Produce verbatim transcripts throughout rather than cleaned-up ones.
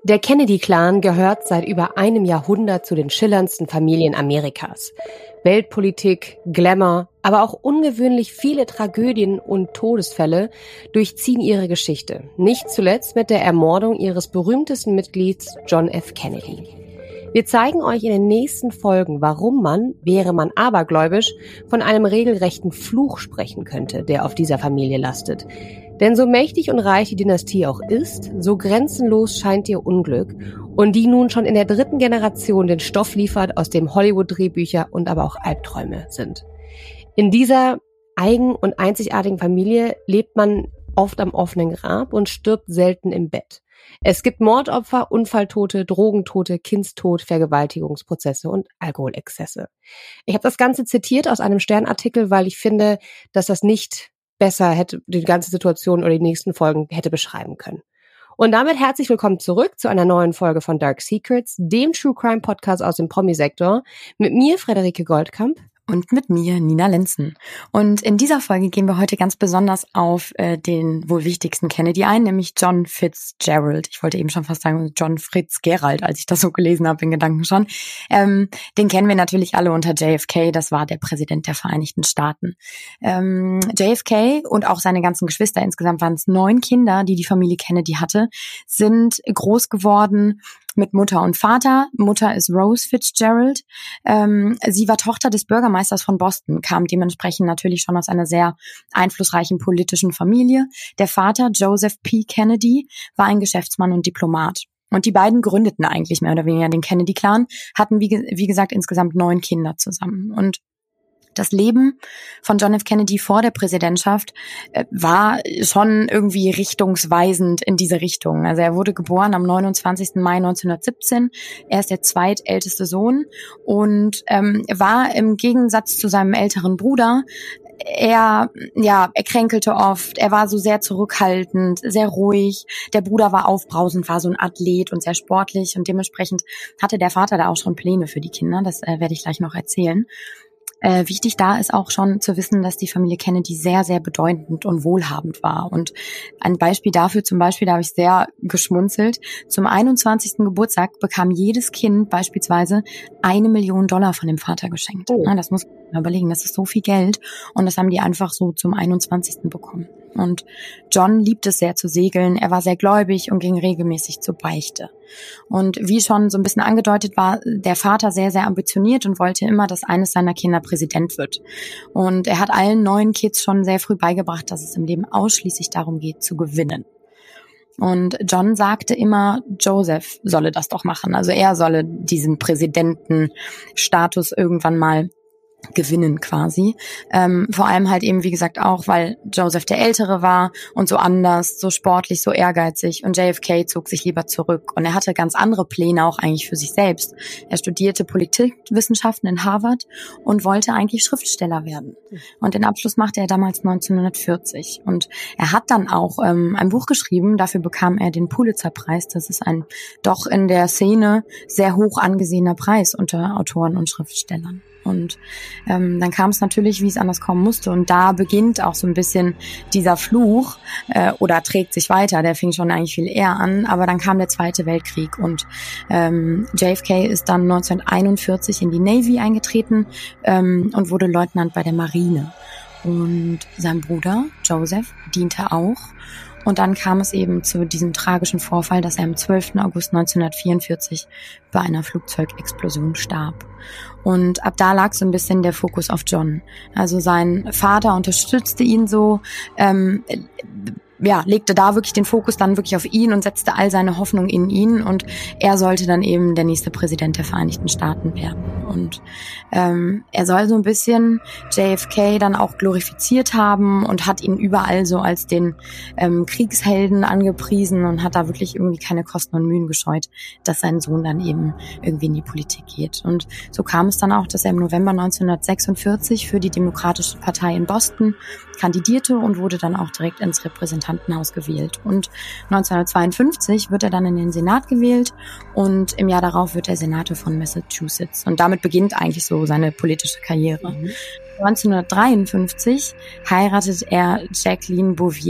Der Kennedy-Clan gehört seit über einem Jahrhundert zu den schillerndsten Familien Amerikas. Weltpolitik, Glamour, aber auch ungewöhnlich viele Tragödien und Todesfälle durchziehen ihre Geschichte. Nicht zuletzt mit der Ermordung ihres berühmtesten Mitglieds John F. Kennedy. Wir zeigen euch in den nächsten Folgen, warum man, wäre man abergläubisch, von einem regelrechten Fluch sprechen könnte, der auf dieser Familie lastet. Denn so mächtig und reich die Dynastie auch ist, so grenzenlos scheint ihr Unglück und die nun schon in der dritten Generation den Stoff liefert, aus dem Hollywood-Drehbücher und aber auch Albträume sind. In dieser eigen- und einzigartigen Familie lebt man oft am offenen Grab und stirbt selten im Bett. Es gibt Mordopfer, Unfalltote, Drogentote, Kindstod, Vergewaltigungsprozesse und Alkoholexzesse. Ich habe das Ganze zitiert aus einem Stern-Artikel, weil ich finde, dass das nicht besser hätte die ganze Situation oder die nächsten Folgen hätte beschreiben können. Und damit herzlich willkommen zurück zu einer neuen Folge von Dark Secrets, dem True Crime Podcast aus dem Promi-Sektor. Mit mir, Frederike Goldkamp. Und mit mir, Nina Lenzen. Und in dieser Folge gehen wir heute ganz besonders auf äh, den wohl wichtigsten Kennedy ein, nämlich John Fitzgerald. Ich wollte eben schon fast sagen John Fritz Gerald, als ich das so gelesen habe, in Gedanken schon. Ähm, den kennen wir natürlich alle unter J F K, das war der Präsident der Vereinigten Staaten. Ähm, J F K und auch seine ganzen Geschwister, insgesamt waren es neun Kinder, die die Familie Kennedy hatte, sind groß geworden mit Mutter und Vater. Mutter ist Rose Fitzgerald. Ähm, sie war Tochter des Bürgermeisters von Boston, kam dementsprechend natürlich schon aus einer sehr einflussreichen politischen Familie. Der Vater, Joseph P. Kennedy, war ein Geschäftsmann und Diplomat. Und die beiden gründeten eigentlich mehr oder weniger den Kennedy-Clan, hatten wie, ge- wie gesagt insgesamt neun Kinder zusammen. Und das Leben von John F. Kennedy vor der Präsidentschaft äh, war schon irgendwie richtungsweisend in diese Richtung. Also er wurde geboren am neunundzwanzigsten Mai neunzehnhundertsiebzehn. Er ist der zweitälteste Sohn und ähm, war im Gegensatz zu seinem älteren Bruder, er, ja, er kränkelte oft, er war so sehr zurückhaltend, sehr ruhig. Der Bruder war aufbrausend, war so ein Athlet und sehr sportlich und dementsprechend hatte der Vater da auch schon Pläne für die Kinder. Das äh, werde ich gleich noch erzählen. Äh, wichtig da ist auch schon zu wissen, dass die Familie Kennedy sehr, sehr bedeutend und wohlhabend war. Und ein Beispiel dafür, zum Beispiel, da habe ich sehr geschmunzelt, zum einundzwanzigsten Geburtstag bekam jedes Kind beispielsweise eine Million Dollar von dem Vater geschenkt. Oh. Ja, das muss man überlegen, das ist so viel Geld und das haben die einfach so zum einundzwanzigsten bekommen. Und John liebte es sehr zu segeln, er war sehr gläubig und ging regelmäßig zur Beichte. Und wie schon so ein bisschen angedeutet, war der Vater sehr, sehr ambitioniert und wollte immer, dass eines seiner Kinder Präsident wird. Und er hat allen neuen Kids schon sehr früh beigebracht, dass es im Leben ausschließlich darum geht, zu gewinnen. Und John sagte immer, Joseph solle das doch machen. Also er solle diesen Präsidentenstatus irgendwann mal gewinnen quasi. Ähm, vor allem halt eben, wie gesagt, auch, weil Joseph der Ältere war und so anders, so sportlich, so ehrgeizig und J F K zog sich lieber zurück und er hatte ganz andere Pläne auch eigentlich für sich selbst. Er studierte Politikwissenschaften in Harvard und wollte eigentlich Schriftsteller werden. Und den Abschluss machte er damals neunzehnhundertvierzig und er hat dann auch ähm, ein Buch geschrieben, dafür bekam er den Pulitzer-Preis. Das ist ein doch in der Szene sehr hoch angesehener Preis unter Autoren und Schriftstellern. Und ähm, dann kam es natürlich, wie es anders kommen musste. Und da beginnt auch so ein bisschen dieser Fluch äh, oder trägt sich weiter. Der fing schon eigentlich viel eher an. Aber dann kam der Zweite Weltkrieg und ähm, J F K ist dann neunzehnhunderteinundvierzig in die Navy eingetreten ähm, und wurde Leutnant bei der Marine. Und sein Bruder Joseph diente auch. Und dann kam es eben zu diesem tragischen Vorfall, dass er am zwölften August neunzehnhundertvierundvierzig bei einer Flugzeugexplosion starb. Und ab da lag so ein bisschen der Fokus auf John. Also sein Vater unterstützte ihn so, ähm, ja, legte da wirklich den Fokus dann wirklich auf ihn und setzte all seine Hoffnung in ihn und er sollte dann eben der nächste Präsident der Vereinigten Staaten werden. Und ähm, er soll so ein bisschen J F K dann auch glorifiziert haben und hat ihn überall so als den ähm, Kriegshelden angepriesen und hat da wirklich irgendwie keine Kosten und Mühen gescheut, dass sein Sohn dann eben irgendwie in die Politik geht. Und so kam es dann auch, dass er im November neunzehnhundertsechsundvierzig für die Demokratische Partei in Boston kandidierte und wurde dann auch direkt ins Repräsentantenhaus gewählt. Und neunzehnhundertzweiundfünfzig wird er dann in den Senat gewählt und im Jahr darauf wird er Senator von Massachusetts. Und damit beginnt eigentlich so seine politische Karriere. Mhm. neunzehnhundertdreiundfünfzig heiratet er Jacqueline Bouvier.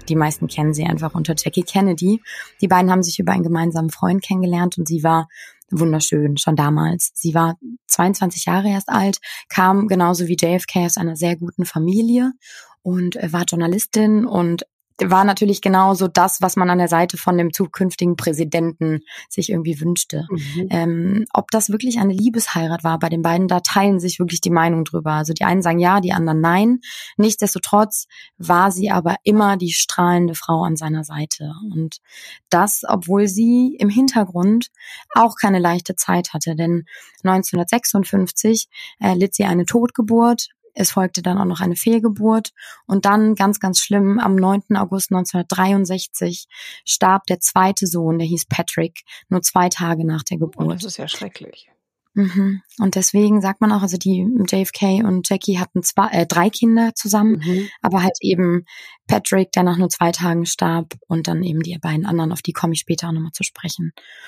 die meisten kennen sie einfach unter Jackie Kennedy. Die beiden haben sich über einen gemeinsamen Freund kennengelernt und sie war wunderschön, schon damals. Sie war zweiundzwanzig Jahre erst alt, kam genauso wie J F K aus einer sehr guten Familie und war Journalistin und war natürlich genauso das, was man an der Seite von dem zukünftigen Präsidenten sich irgendwie wünschte. Mhm. Ähm, ob das wirklich eine Liebesheirat war bei den beiden, da teilen sich wirklich die Meinungen drüber. Also die einen sagen ja, die anderen nein. Nichtsdestotrotz war sie aber immer die strahlende Frau an seiner Seite. Und das, obwohl sie im Hintergrund auch keine leichte Zeit hatte. Denn neunzehnhundertsechsundfünfzig äh, litt sie eine Totgeburt. Es folgte dann auch noch eine Fehlgeburt und dann, ganz, ganz schlimm, am neunten August neunzehnhundertdreiundsechzig starb der zweite Sohn, der hieß Patrick, nur zwei Tage nach der Geburt. Oh, das ist ja schrecklich. Mhm. Und deswegen sagt man auch, also die J F K und Jackie hatten zwei, äh, drei Kinder zusammen, mhm. aber halt eben Patrick, der nach nur zwei Tagen starb und dann eben die beiden anderen, auf die komme ich später auch nochmal zu sprechen.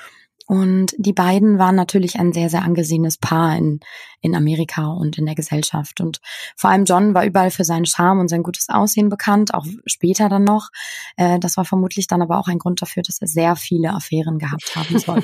Und die beiden waren natürlich ein sehr, sehr angesehenes Paar in, in Amerika und in der Gesellschaft. Und vor allem John war überall für seinen Charme und sein gutes Aussehen bekannt, auch später dann noch. Äh, das war vermutlich dann aber auch ein Grund dafür, dass er sehr viele Affären gehabt haben soll.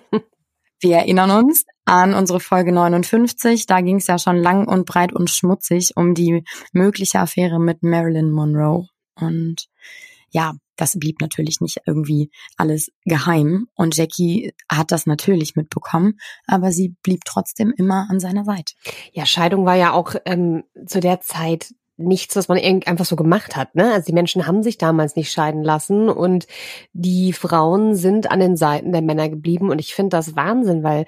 Wir erinnern uns an unsere Folge neunundfünfzig. Da ging es ja schon lang und breit und schmutzig um die mögliche Affäre mit Marilyn Monroe. Und ja, das blieb natürlich nicht irgendwie alles geheim. Und Jackie hat das natürlich mitbekommen, aber sie blieb trotzdem immer an seiner Seite. Ja, Scheidung war ja auch ähm, zu der Zeit nichts, was man einfach so gemacht hat, ne? Also die Menschen haben sich damals nicht scheiden lassen und die Frauen sind an den Seiten der Männer geblieben. Und ich finde das Wahnsinn, weil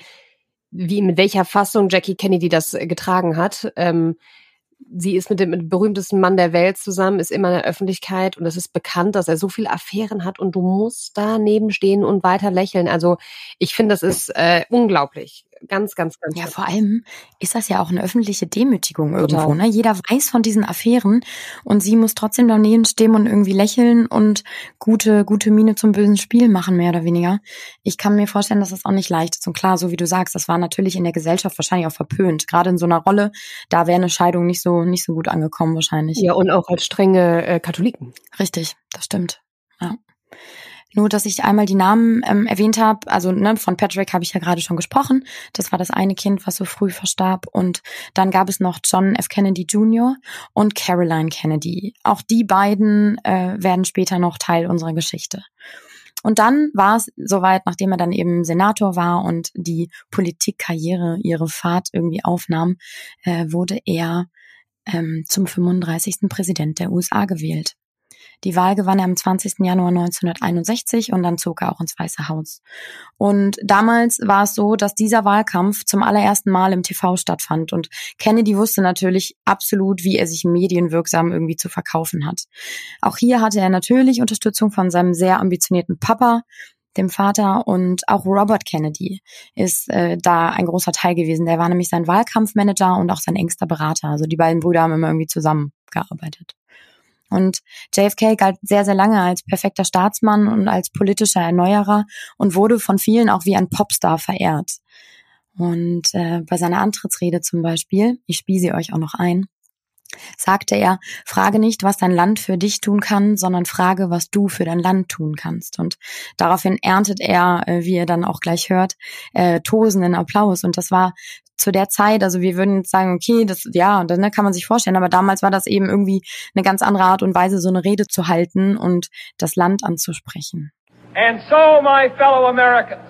wie mit welcher Fassung Jackie Kennedy das getragen hat. Ähm, Sie ist mit dem berühmtesten Mann der Welt zusammen, ist immer in der Öffentlichkeit und es ist bekannt, dass er so viele Affären hat und du musst daneben stehen und weiter lächeln. Also ich finde, das ist äh, unglaublich. Ganz, ganz, ganz. Ja, vor allem ist das ja auch eine öffentliche Demütigung irgendwo, ne? Jeder weiß von diesen Affären und sie muss trotzdem daneben stehen und irgendwie lächeln und gute, gute Miene zum bösen Spiel machen, mehr oder weniger. Ich kann mir vorstellen, dass das auch nicht leicht ist. Und klar, so wie du sagst, das war natürlich in der Gesellschaft wahrscheinlich auch verpönt. Gerade in so einer Rolle, da wäre eine Scheidung nicht so, nicht so gut angekommen wahrscheinlich. Ja, und auch als strenge äh, Katholiken. Richtig, das stimmt. Ja. Nur, dass ich einmal die Namen ähm, erwähnt habe, also ne, von Patrick habe ich ja gerade schon gesprochen. Das war das eine Kind, was so früh verstarb. Und dann gab es noch John F. Kennedy Junior und Caroline Kennedy. Auch die beiden äh, werden später noch Teil unserer Geschichte. Und dann war es soweit, nachdem er dann eben Senator war und die Politikkarriere ihre Fahrt irgendwie aufnahm, äh, wurde er ähm, zum fünfunddreißigsten Präsident der U S A gewählt. Die Wahl gewann er am zwanzigsten Januar neunzehnhunderteinundsechzig und dann zog er auch ins Weiße Haus. Und damals war es so, dass dieser Wahlkampf zum allerersten Mal im T V stattfand und Kennedy wusste natürlich absolut, wie er sich medienwirksam irgendwie zu verkaufen hat. Auch hier hatte er natürlich Unterstützung von seinem sehr ambitionierten Papa, dem Vater, und auch Robert Kennedy ist äh, da ein großer Teil gewesen. Der war nämlich sein Wahlkampfmanager und auch sein engster Berater. Also die beiden Brüder haben immer irgendwie zusammengearbeitet. Und J F K galt sehr, sehr lange als perfekter Staatsmann und als politischer Erneuerer und wurde von vielen auch wie ein Popstar verehrt. Und äh, bei seiner Antrittsrede zum Beispiel, ich spiele sie euch auch noch ein, sagte er, frage nicht, was dein Land für dich tun kann, sondern frage, was du für dein Land tun kannst. Und daraufhin erntet er, äh, wie ihr dann auch gleich hört, äh, tosenden Applaus. Und das war zu der Zeit, also wir würden jetzt sagen, okay, das, ja, das ne, kann man sich vorstellen, aber damals war das eben irgendwie eine ganz andere Art und Weise, so eine Rede zu halten und das Land anzusprechen. And so, my fellow Americans,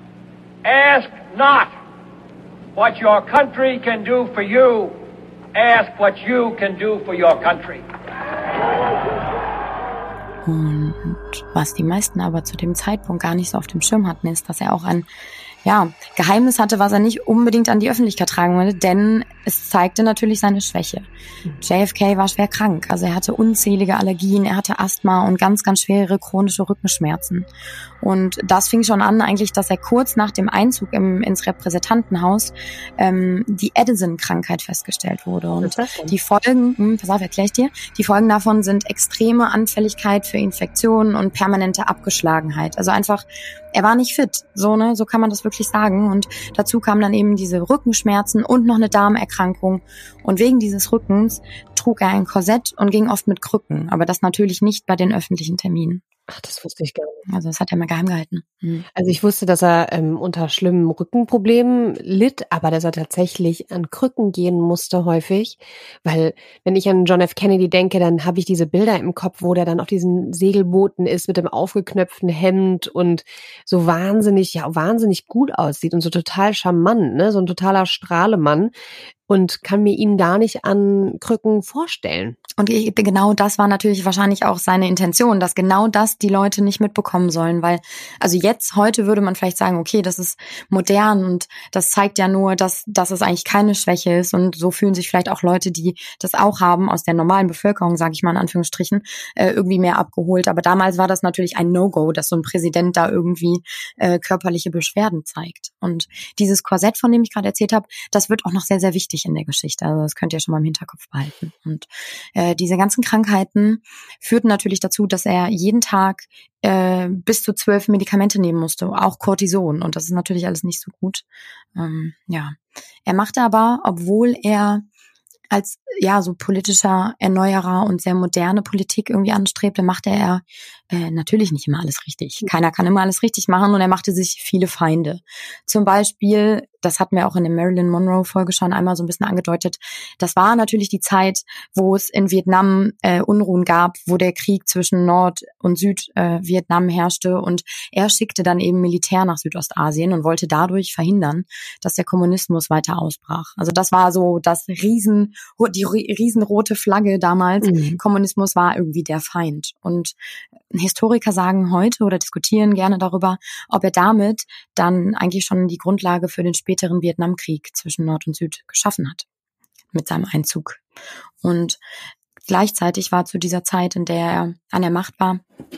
ask not what your country can do for you, ask what you can do for your country. Und was die meisten aber zu dem Zeitpunkt gar nicht so auf dem Schirm hatten, ist, dass er auch ein ja, Geheimnis hatte, was er nicht unbedingt an die Öffentlichkeit tragen wollte, denn es zeigte natürlich seine Schwäche. J F K war schwer krank, also er hatte unzählige Allergien, er hatte Asthma und ganz, ganz schwere chronische Rückenschmerzen. Und das fing schon an eigentlich, dass er kurz nach dem Einzug im, ins Repräsentantenhaus ähm, die Addison-Krankheit festgestellt wurde. Und die Folgen, hm, pass auf, erklär ich dir, die Folgen davon sind extreme Anfälligkeit für Infektionen und permanente Abgeschlagenheit. Also einfach, er war nicht fit, so ne, so kann man das wirklich sagen. Und dazu kamen dann eben diese Rückenschmerzen und noch eine Darmerkrankung. Und wegen dieses Rückens trug er ein Korsett und ging oft mit Krücken, aber das natürlich nicht bei den öffentlichen Terminen. Ach, das wusste ich gar nicht. Also das hat er mal geheim gehalten. Mhm. Also ich wusste, dass er ähm, unter schlimmen Rückenproblemen litt, aber dass er tatsächlich an Krücken gehen musste häufig, weil wenn ich an John F. Kennedy denke, dann habe ich diese Bilder im Kopf, wo der dann auf diesen Segelbooten ist mit dem aufgeknöpften Hemd und so wahnsinnig, ja wahnsinnig gut aussieht und so total charmant, ne, so ein totaler Strahlemann. Und kann mir ihn gar nicht an Krücken vorstellen. Und genau das war natürlich wahrscheinlich auch seine Intention, dass genau das die Leute nicht mitbekommen sollen, weil, also jetzt, heute würde man vielleicht sagen, okay, das ist modern und das zeigt ja nur, dass, dass es eigentlich keine Schwäche ist und so fühlen sich vielleicht auch Leute, die das auch haben, aus der normalen Bevölkerung, sage ich mal in Anführungsstrichen, äh, irgendwie mehr abgeholt. Aber damals war das natürlich ein No-Go, dass so ein Präsident da irgendwie äh, körperliche Beschwerden zeigt. Und dieses Korsett, von dem ich gerade erzählt habe, das wird auch noch sehr, sehr wichtig in der Geschichte. Also das könnt ihr schon mal im Hinterkopf behalten. Und äh, diese ganzen Krankheiten führten natürlich dazu, dass er jeden Tag äh, bis zu zwölf Medikamente nehmen musste, auch Cortison. Und das ist natürlich alles nicht so gut. Ähm, ja, er machte aber, obwohl er als ja so politischer Erneuerer und sehr moderne Politik irgendwie anstrebte, machte er äh, natürlich nicht immer alles richtig. Keiner kann immer alles richtig machen und er machte sich viele Feinde. Zum Beispiel, das hatten wir auch in der Marilyn Monroe-Folge schon einmal so ein bisschen angedeutet, das war natürlich die Zeit, wo es in Vietnam äh, Unruhen gab, wo der Krieg zwischen Nord- und Südvietnam äh, herrschte und er schickte dann eben Militär nach Südostasien und wollte dadurch verhindern, dass der Kommunismus weiter ausbrach. Also das war so das Riesen, die riesenrote Flagge damals. Mhm. Kommunismus war irgendwie der Feind. Und Historiker sagen heute oder diskutieren gerne darüber, ob er damit dann eigentlich schon die Grundlage für den späteren Vietnamkrieg zwischen Nord und Süd geschaffen hat, mit seinem Einzug. Und gleichzeitig war zu dieser Zeit, in der er an der Macht war,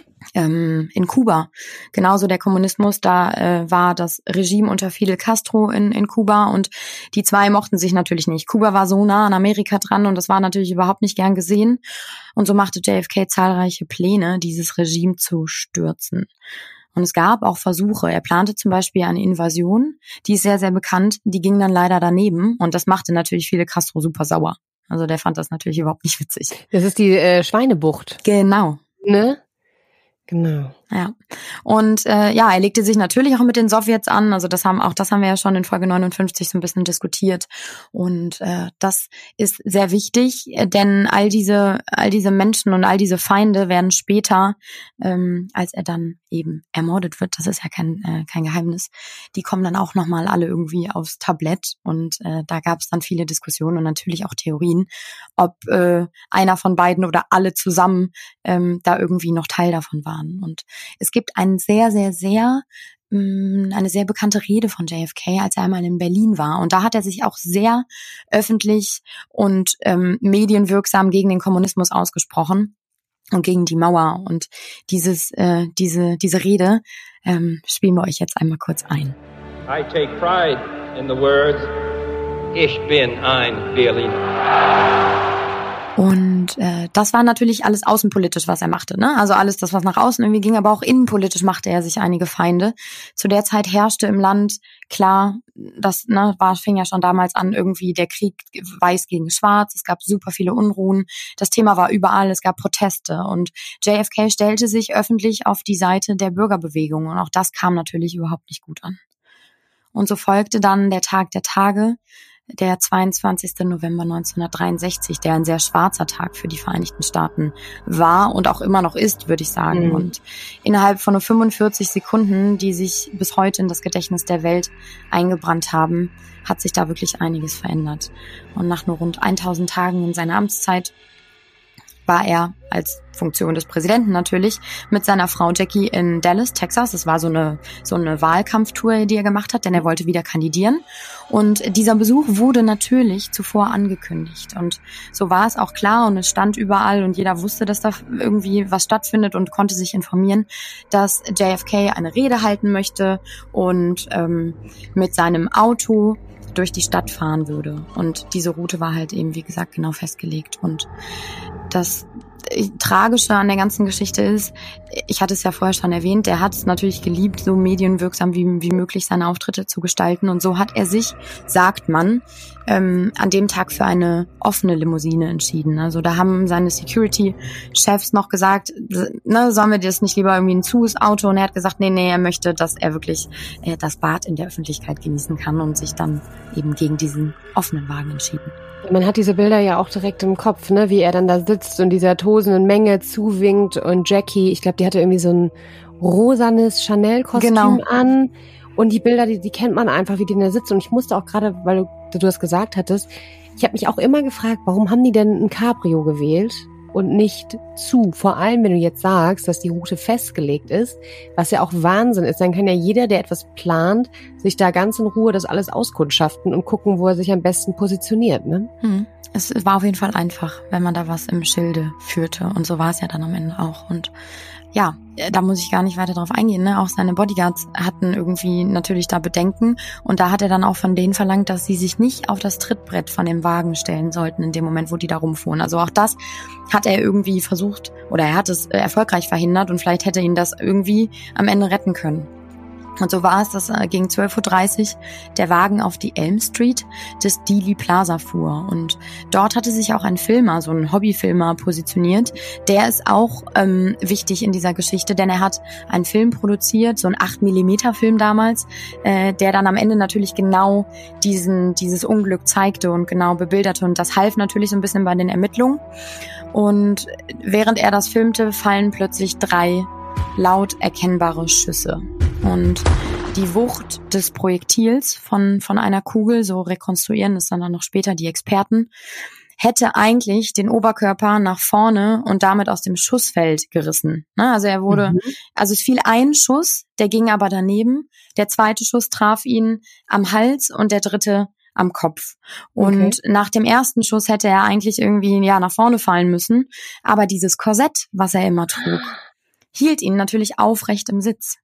ähm, in Kuba genauso der Kommunismus, da äh, war das Regime unter Fidel Castro in, in Kuba und die zwei mochten sich natürlich nicht. Kuba war so nah an Amerika dran und das war natürlich überhaupt nicht gern gesehen und so machte J F K zahlreiche Pläne, dieses Regime zu stürzen. Und es gab auch Versuche. Er plante zum Beispiel eine Invasion, die ist sehr, sehr bekannt, die ging dann leider daneben und das machte natürlich Fidel Castro super sauer. Also der fand das natürlich überhaupt nicht witzig. Das ist die äh, Schweinebucht. Genau. Ne? Genau. Ja. Und äh, ja, er legte sich natürlich auch mit den Sowjets an. Also das haben auch das haben wir ja schon in Folge neunundfünfzig so ein bisschen diskutiert. Und äh, das ist sehr wichtig, denn all diese all diese Menschen und all diese Feinde werden später, ähm, als er dann eben ermordet wird, das ist ja kein äh, kein Geheimnis, die kommen dann auch nochmal alle irgendwie aufs Tablett. Und äh, da gab es dann viele Diskussionen und natürlich auch Theorien, ob äh, einer von beiden oder alle zusammen ähm, da irgendwie noch Teil davon waren. Und es gibt einen sehr, sehr, sehr, eine sehr bekannte Rede von J F K, als er einmal in Berlin war. Und da hat er sich auch sehr öffentlich und ähm, medienwirksam gegen den Kommunismus ausgesprochen und gegen die Mauer. Und dieses, äh, diese, diese Rede ähm, spielen wir euch jetzt einmal kurz ein. I take pride in the words, ich bin ein Berliner. Und äh, das war natürlich alles außenpolitisch, was er machte, ne? Also alles das, was nach außen irgendwie ging, aber auch innenpolitisch machte er sich einige Feinde. Zu der Zeit herrschte im Land, klar, das ne, war, fing ja schon damals an, irgendwie der Krieg weiß gegen schwarz, es gab super viele Unruhen, das Thema war überall, es gab Proteste und J F K stellte sich öffentlich auf die Seite der Bürgerbewegung und auch das kam natürlich überhaupt nicht gut an. Und so folgte dann der Tag der Tage, der zweiundzwanzigster November neunzehnhundertdreiundsechzig, der ein sehr schwarzer Tag für die Vereinigten Staaten war und auch immer noch ist, würde ich sagen. Mhm. Und innerhalb von nur fünfundvierzig Sekunden, die sich bis heute in das Gedächtnis der Welt eingebrannt haben, hat sich da wirklich einiges verändert. Und nach nur rund tausend Tagen in seiner Amtszeit war er als Funktion des Präsidenten natürlich mit seiner Frau Jackie in Dallas, Texas. Das war so eine so eine Wahlkampftour, die er gemacht hat, denn er wollte wieder kandidieren. Und dieser Besuch wurde natürlich zuvor angekündigt. Und so war es auch klar und es stand überall und jeder wusste, dass da irgendwie was stattfindet und konnte sich informieren, dass J F K eine Rede halten möchte und ähm, mit seinem Auto durch die Stadt fahren würde. Und diese Route war halt eben, wie gesagt, genau festgelegt. Und das Tragische an der ganzen Geschichte ist, ich hatte es ja vorher schon erwähnt, er hat es natürlich geliebt, so medienwirksam wie, wie möglich seine Auftritte zu gestalten. Und so hat er sich, sagt man, ähm, an dem Tag für eine offene Limousine entschieden. Also da haben seine Security-Chefs noch gesagt, ne, sollen wir das nicht lieber irgendwie ein zues Auto? Und er hat gesagt, nee, nee, er möchte, dass er wirklich äh, das Bad in der Öffentlichkeit genießen kann und sich dann eben gegen diesen offenen Wagen entschieden. Man hat diese Bilder ja auch direkt im Kopf, ne, wie er dann da sitzt und dieser tosenden Menge zuwinkt und Jackie, ich glaube, die hatte irgendwie so ein rosanes Chanel-Kostüm genau. an und die Bilder, die, die kennt man einfach, wie die da sitzt und ich musste auch gerade, weil du, du das gesagt hattest, ich habe mich auch immer gefragt, warum haben die denn ein Cabrio gewählt und nicht zu? Vor allem, wenn du jetzt sagst, dass die Route festgelegt ist, was ja auch Wahnsinn ist, dann kann ja jeder, der etwas plant, sich da ganz in Ruhe das alles auskundschaften und gucken, wo er sich am besten positioniert, ne? Hm. Es war auf jeden Fall einfach, wenn man da was im Schilde führte. Und so war es ja dann am Ende auch. Und ja, da muss ich gar nicht weiter drauf eingehen, ne? Auch seine Bodyguards hatten irgendwie natürlich da Bedenken. Und da hat er dann auch von denen verlangt, dass sie sich nicht auf das Trittbrett von dem Wagen stellen sollten in dem Moment, wo die da rumfuhren. Also auch das hat er irgendwie versucht, oder er hat es erfolgreich verhindert und vielleicht hätte ihn das irgendwie am Ende retten können. Und so war es, dass gegen zwölf Uhr dreißig der Wagen auf die Elm Street des Dealey Plaza fuhr. Und dort hatte sich auch ein Filmer, so ein Hobbyfilmer positioniert. Der ist auch ähm, wichtig in dieser Geschichte, denn er hat einen Film produziert, so ein acht Millimeter Film damals, äh, der dann am Ende natürlich genau diesen dieses Unglück zeigte und genau bebilderte. Und das half natürlich so ein bisschen bei den Ermittlungen. Und während er das filmte, fallen plötzlich drei laut erkennbare Schüsse. Und die Wucht des Projektils von von einer Kugel, so rekonstruieren es dann noch später die Experten, hätte eigentlich den Oberkörper nach vorne und damit aus dem Schussfeld gerissen. Also er wurde, mhm. also es fiel ein Schuss, der ging aber daneben. Der zweite Schuss traf ihn am Hals und der dritte am Kopf. Und okay. nach dem ersten Schuss hätte er eigentlich irgendwie ja nach vorne fallen müssen. Aber dieses Korsett, was er immer trug, hielt ihn natürlich aufrecht im Sitz.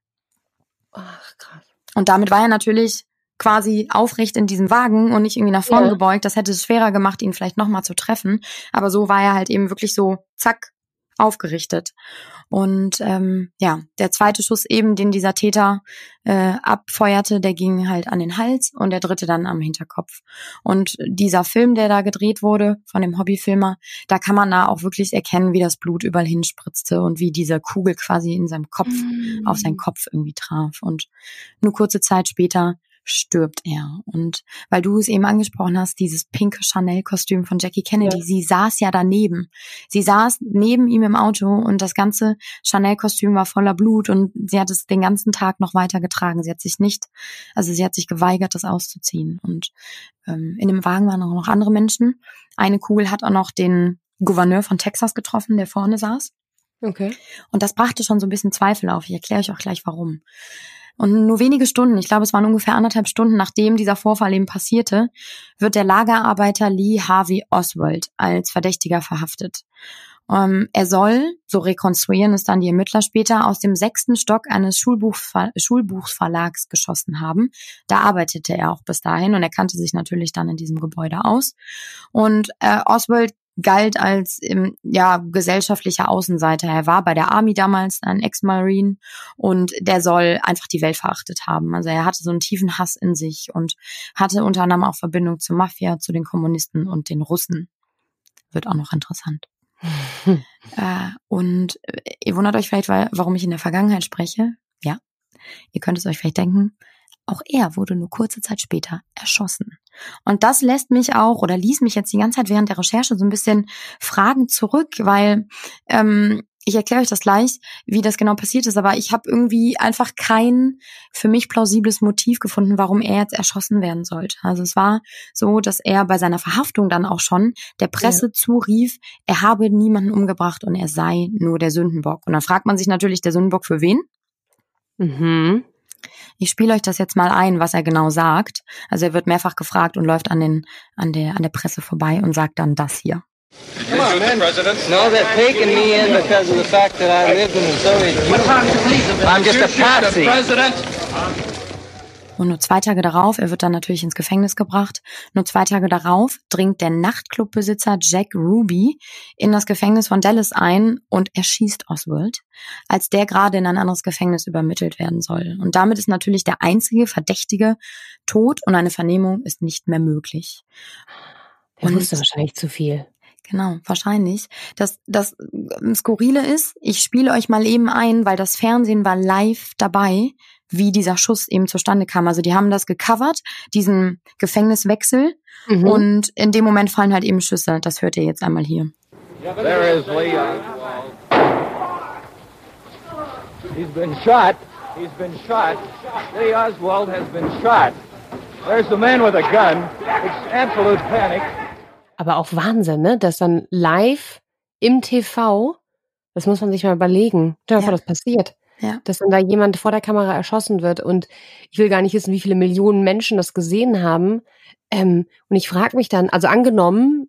Ach, krass. Und damit war er natürlich quasi aufrecht in diesem Wagen und nicht irgendwie nach vorn ja. gebeugt. Das hätte es schwerer gemacht, ihn vielleicht nochmal zu treffen. Aber so war er halt eben wirklich so, zack, aufgerichtet. Und ähm, ja, der zweite Schuss eben, den dieser Täter äh, abfeuerte, der ging halt an den Hals und der dritte dann am Hinterkopf. Und dieser Film, der da gedreht wurde von dem Hobbyfilmer, da kann man da auch wirklich erkennen, wie das Blut überall hinspritzte und wie diese Kugel quasi in seinem Kopf, mhm. auf seinen Kopf irgendwie traf. Und nur kurze Zeit später stirbt er. Und weil du es eben angesprochen hast, dieses pinke Chanel-Kostüm von Jackie Kennedy, ja. sie saß ja daneben. Sie saß neben ihm im Auto und das ganze Chanel-Kostüm war voller Blut und sie hat es den ganzen Tag noch weiter getragen. Sie hat sich nicht, also sie hat sich geweigert, das auszuziehen. Und ähm, in dem Wagen waren auch noch andere Menschen. Eine Kugel hat auch noch den Gouverneur von Texas getroffen, der vorne saß. Okay. Und das brachte schon so ein bisschen Zweifel auf. Ich erkläre euch auch gleich, warum. Und nur wenige Stunden, ich glaube, es waren ungefähr anderthalb Stunden, nachdem dieser Vorfall eben passierte, wird der Lagerarbeiter Lee Harvey Oswald als Verdächtiger verhaftet. Ähm, er soll, so rekonstruieren es dann die Ermittler später, aus dem sechsten Stock eines Schulbuchver- Schulbuchverlags geschossen haben. Da arbeitete er auch bis dahin und er kannte sich natürlich dann in diesem Gebäude aus. Und äh, Oswald galt als ähm, ja gesellschaftlicher Außenseiter. Er war bei der Army damals ein Ex-Marine und der soll einfach die Welt verachtet haben. Also er hatte so einen tiefen Hass in sich und hatte unter anderem auch Verbindung zur Mafia, zu den Kommunisten und den Russen. Wird auch noch interessant. Hm. Äh, und ihr wundert euch vielleicht, warum ich in der Vergangenheit spreche. Ja, ihr könnt es euch vielleicht denken, auch er wurde nur kurze Zeit später erschossen. Und das lässt mich auch, oder ließ mich jetzt die ganze Zeit während der Recherche so ein bisschen Fragen zurück, weil ähm, ich erkläre euch das gleich, wie das genau passiert ist, aber ich habe irgendwie einfach kein für mich plausibles Motiv gefunden, warum er jetzt erschossen werden sollte. Also es war so, dass er bei seiner Verhaftung dann auch schon der Presse ja. zurief, er habe niemanden umgebracht und er sei nur der Sündenbock. Und dann fragt man sich natürlich, der Sündenbock für wen? Mhm. Ich spiele euch das jetzt mal ein, was er genau sagt. Also er wird mehrfach gefragt und läuft an den an der an der Presse vorbei und sagt dann das hier. Come on, man. No, they're taking me in because of the fact that I lived in the Soviet Union. I'm just a patsy. Und nur zwei Tage darauf, er wird dann natürlich ins Gefängnis gebracht, nur zwei Tage darauf dringt der Nachtclubbesitzer Jack Ruby in das Gefängnis von Dallas ein und erschießt Oswald, als der gerade in ein anderes Gefängnis übermittelt werden soll. Und damit ist natürlich der einzige Verdächtige tot und eine Vernehmung ist nicht mehr möglich. Er wusste wahrscheinlich zu viel. Genau, wahrscheinlich. Das, das Skurrile ist, ich spiele euch mal eben ein, weil das Fernsehen war live dabei, wie dieser Schuss eben zustande kam. Also die haben das gecovert, diesen Gefängniswechsel, mhm. und in dem Moment fallen halt eben Schüsse. Das hört ihr jetzt einmal hier. There is Lee Oswald. He's been shot. He's been shot. Lee Oswald has been shot. There's the man with a gun. It's absolute panic. Aber auch Wahnsinn, ne? Dass dann live im T V, das muss man sich mal überlegen, stell dir vor, das passiert. Ja. Dass dann da jemand vor der Kamera erschossen wird und ich will gar nicht wissen, wie viele Millionen Menschen das gesehen haben. Ähm, und ich frage mich dann, also angenommen,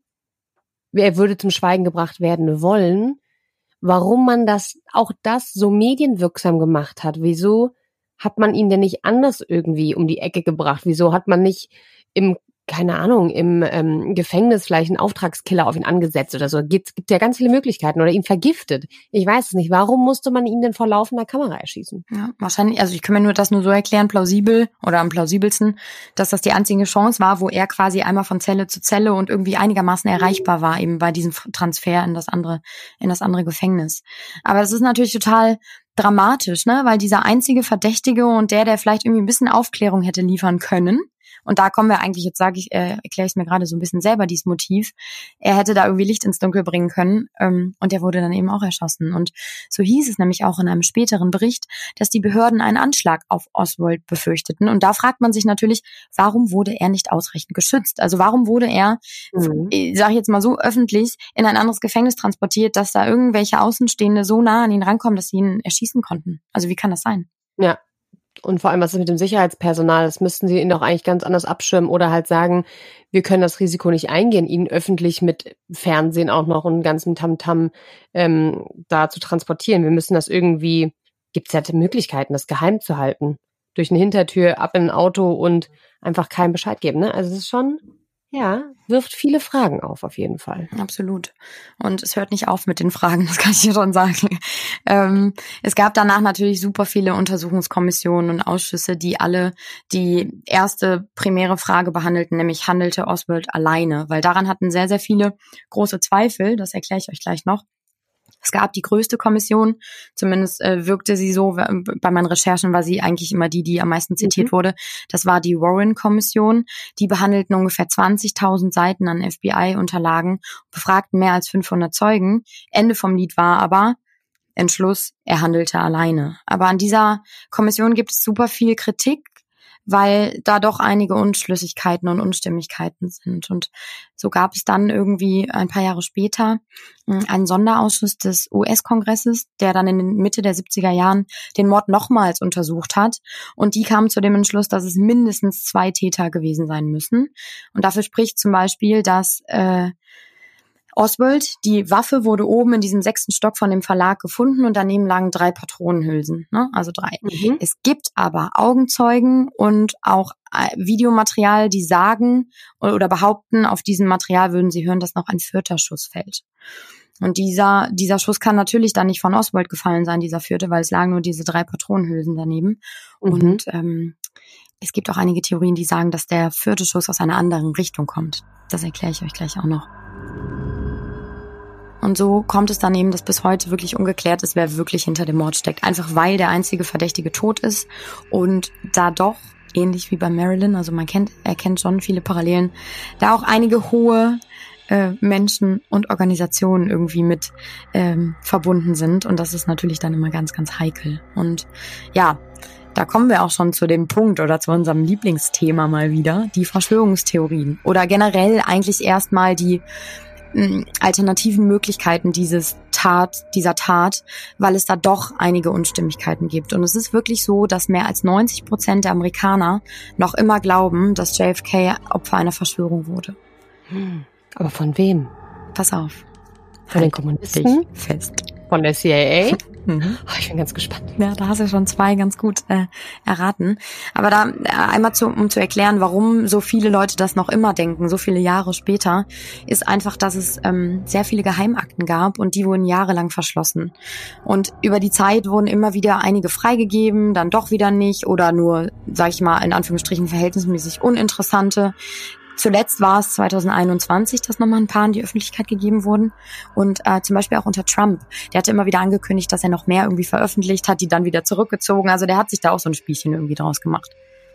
er würde zum Schweigen gebracht werden wollen, warum man das, auch das so medienwirksam gemacht hat. Wieso hat man ihn denn nicht anders irgendwie um die Ecke gebracht? Wieso hat man nicht im keine Ahnung, im ähm, Gefängnis vielleicht einen Auftragskiller auf ihn angesetzt oder so. Gibt, gibt ja ganz viele Möglichkeiten. Oder ihn vergiftet. Ich weiß es nicht. Warum musste man ihn denn vor laufender Kamera erschießen? Ja, wahrscheinlich, also ich kann mir nur das nur so erklären, plausibel oder am plausibelsten, dass das die einzige Chance war, wo er quasi einmal von Zelle zu Zelle und irgendwie einigermaßen erreichbar war, eben bei diesem Transfer in das andere, in das andere Gefängnis. Aber das ist natürlich total dramatisch, ne, weil dieser einzige Verdächtige und der, der vielleicht irgendwie ein bisschen Aufklärung hätte liefern können, und da kommen wir eigentlich, jetzt sage ich, äh, erkläre ich mir gerade so ein bisschen selber dieses Motiv. Er hätte da irgendwie Licht ins Dunkel bringen können, ähm, und der wurde dann eben auch erschossen. Und so hieß es nämlich auch in einem späteren Bericht, dass die Behörden einen Anschlag auf Oswald befürchteten. Und da fragt man sich natürlich, warum wurde er nicht ausreichend geschützt? Also warum wurde er, mhm. ich sage jetzt mal so öffentlich, in ein anderes Gefängnis transportiert, dass da irgendwelche Außenstehende so nah an ihn rankommen, dass sie ihn erschießen konnten? Also wie kann das sein? Ja. Und vor allem, was ist mit dem Sicherheitspersonal? Das müssten sie ihn doch eigentlich ganz anders abschirmen oder halt sagen, wir können das Risiko nicht eingehen, ihn öffentlich mit Fernsehen auch noch und ganzem Tamtam ähm, da zu transportieren. Wir müssen das irgendwie, gibt es ja Möglichkeiten, das geheim zu halten. Durch eine Hintertür, ab in ein Auto und einfach keinen Bescheid geben. Ne? Also es ist schon, ja, wirft viele Fragen auf, auf jeden Fall. Absolut. Und es hört nicht auf mit den Fragen, das kann ich dir schon sagen. Ähm, es gab danach natürlich super viele Untersuchungskommissionen und Ausschüsse, die alle die erste primäre Frage behandelten, nämlich handelte Oswald alleine? Weil daran hatten sehr, sehr viele große Zweifel, das erkläre ich euch gleich noch. Es gab die größte Kommission, zumindest äh, wirkte sie so, bei meinen Recherchen war sie eigentlich immer die, die am meisten zitiert mhm. wurde. Das war die Warren-Kommission. Die behandelten ungefähr zwanzigtausend Seiten an F B I-Unterlagen, befragten mehr als fünfhundert Zeugen. Ende vom Lied war aber, Entschluss, er handelte alleine. Aber an dieser Kommission gibt es super viel Kritik, weil da doch einige Unschlüssigkeiten und Unstimmigkeiten sind. Und so gab es dann irgendwie ein paar Jahre später einen Sonderausschuss des U S-Kongresses, der dann in Mitte der siebziger Jahren den Mord nochmals untersucht hat. Und die kamen zu dem Entschluss, dass es mindestens zwei Täter gewesen sein müssen. Und dafür spricht zum Beispiel, dass äh, Oswald, die Waffe wurde oben in diesem sechsten Stock von dem Verlag gefunden und daneben lagen drei Patronenhülsen, ne? Also drei. Mhm. Es gibt aber Augenzeugen und auch Videomaterial, die sagen oder behaupten, auf diesem Material würden sie hören, dass noch ein vierter Schuss fällt. Und dieser dieser Schuss kann natürlich dann nicht von Oswald gefallen sein, dieser vierte, weil es lagen nur diese drei Patronenhülsen daneben. Mhm. Und ähm, es gibt auch einige Theorien, die sagen, dass der vierte Schuss aus einer anderen Richtung kommt. Das erkläre ich euch gleich auch noch. Und so kommt es dann eben, dass bis heute wirklich ungeklärt ist, wer wirklich hinter dem Mord steckt. Einfach weil der einzige Verdächtige tot ist und da doch, ähnlich wie bei Marilyn, also man kennt, erkennt schon viele Parallelen, da auch einige hohe äh, Menschen und Organisationen irgendwie mit ähm, verbunden sind. Und das ist natürlich dann immer ganz, ganz heikel. Und ja, da kommen wir auch schon zu dem Punkt oder zu unserem Lieblingsthema mal wieder, die Verschwörungstheorien. Oder generell eigentlich erstmal die alternativen Möglichkeiten dieses Tat, dieser Tat, weil es da doch einige Unstimmigkeiten gibt. Und es ist wirklich so, dass mehr als neunzig Prozent der Amerikaner noch immer glauben, dass J F K Opfer einer Verschwörung wurde. Hm. Aber von wem? Pass auf. Von halt den Kommunisten? Fest. Von der C I A? Mhm. Oh, ich bin ganz gespannt. Ja, da hast du schon zwei ganz gut äh, erraten. Aber da äh, einmal zu, um zu erklären, warum so viele Leute das noch immer denken, so viele Jahre später, ist einfach, dass es ähm, sehr viele Geheimakten gab und die wurden jahrelang verschlossen. Und über die Zeit wurden immer wieder einige freigegeben, dann doch wieder nicht oder nur, sag ich mal, in Anführungsstrichen verhältnismäßig uninteressante. Zuletzt war es zwanzig einundzwanzig, dass nochmal ein paar in die Öffentlichkeit gegeben wurden. Und äh, zum Beispiel auch unter Trump. Der hatte immer wieder angekündigt, dass er noch mehr irgendwie veröffentlicht hat, die dann wieder zurückgezogen. Also der hat sich da auch so ein Spielchen irgendwie draus gemacht.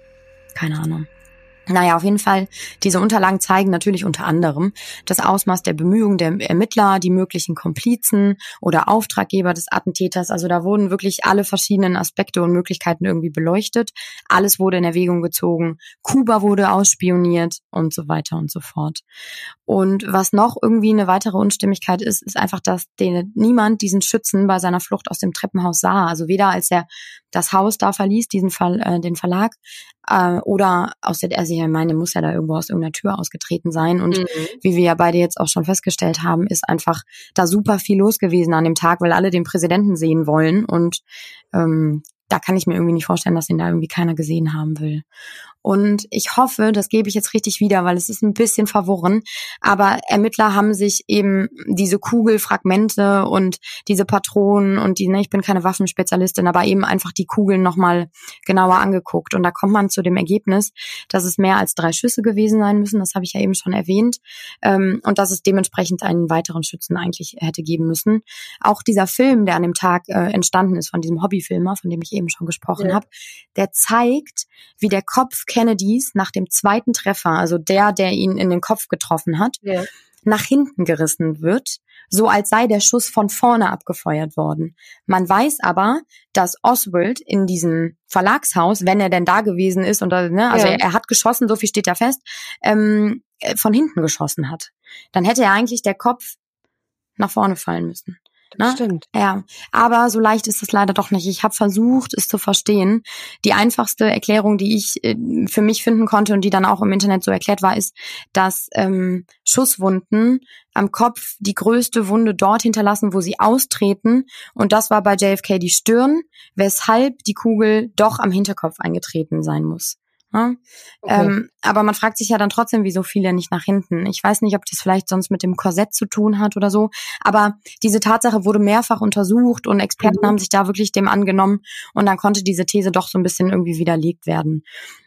Keine Ahnung. Naja, auf jeden Fall, diese Unterlagen zeigen natürlich unter anderem das Ausmaß der Bemühungen der Ermittler, die möglichen Komplizen oder Auftraggeber des Attentäters. Also da wurden wirklich alle verschiedenen Aspekte und Möglichkeiten irgendwie beleuchtet. Alles wurde in Erwägung gezogen. Kuba wurde ausspioniert und so weiter und so fort. Und was noch irgendwie eine weitere Unstimmigkeit ist, ist einfach, dass den, niemand diesen Schützen bei seiner Flucht aus dem Treppenhaus sah. Also weder als er das Haus da verließ, diesen Fall, äh, den Verlag, äh, oder aus der, also ich meine, muss ja da irgendwo aus irgendeiner Tür ausgetreten sein. Und mhm. wie wir ja beide jetzt auch schon festgestellt haben, ist einfach da super viel los gewesen an dem Tag, weil alle den Präsidenten sehen wollen. Und ähm, da kann ich mir irgendwie nicht vorstellen, dass ihn da irgendwie keiner gesehen haben will. Und ich hoffe, das gebe ich jetzt richtig wieder, weil es ist ein bisschen verworren, aber Ermittler haben sich eben diese Kugelfragmente und diese Patronen und die, ne, ich bin keine Waffenspezialistin, aber eben einfach die Kugeln nochmal genauer angeguckt. Und da kommt man zu dem Ergebnis, dass es mehr als drei Schüsse gewesen sein müssen, das habe ich ja eben schon erwähnt, ähm, und dass es dementsprechend einen weiteren Schützen eigentlich hätte geben müssen. Auch dieser Film, der an dem Tag äh, entstanden ist von diesem Hobbyfilmer, von dem ich eben schon gesprochen ja. habe, der zeigt, wie der Kopf Kennedys nach dem zweiten Treffer, also der, der ihn in den Kopf getroffen hat, ja. nach hinten gerissen wird, so als sei der Schuss von vorne abgefeuert worden. Man weiß aber, dass Oswald in diesem Verlagshaus, wenn er denn da gewesen ist, und ne, also ja. er, er hat geschossen, so viel steht da fest, ähm, von hinten geschossen hat. Dann hätte er eigentlich der Kopf nach vorne fallen müssen. Das stimmt. Ja, aber so leicht ist es leider doch nicht. Ich habe versucht, es zu verstehen. Die einfachste Erklärung, die ich äh, für mich finden konnte und die dann auch im Internet so erklärt war, ist, dass ähm, Schusswunden am Kopf die größte Wunde dort hinterlassen, wo sie austreten. Und das war bei J F K die Stirn, weshalb die Kugel doch am Hinterkopf eingetreten sein muss. Ja? Okay. Ähm, aber man fragt sich ja dann trotzdem, wieso fiel er nicht nach hinten. Ich weiß nicht, ob das vielleicht sonst mit dem Korsett zu tun hat oder so, aber diese Tatsache wurde mehrfach untersucht und Experten mhm. haben sich da wirklich dem angenommen und dann konnte diese These doch so ein bisschen irgendwie widerlegt werden.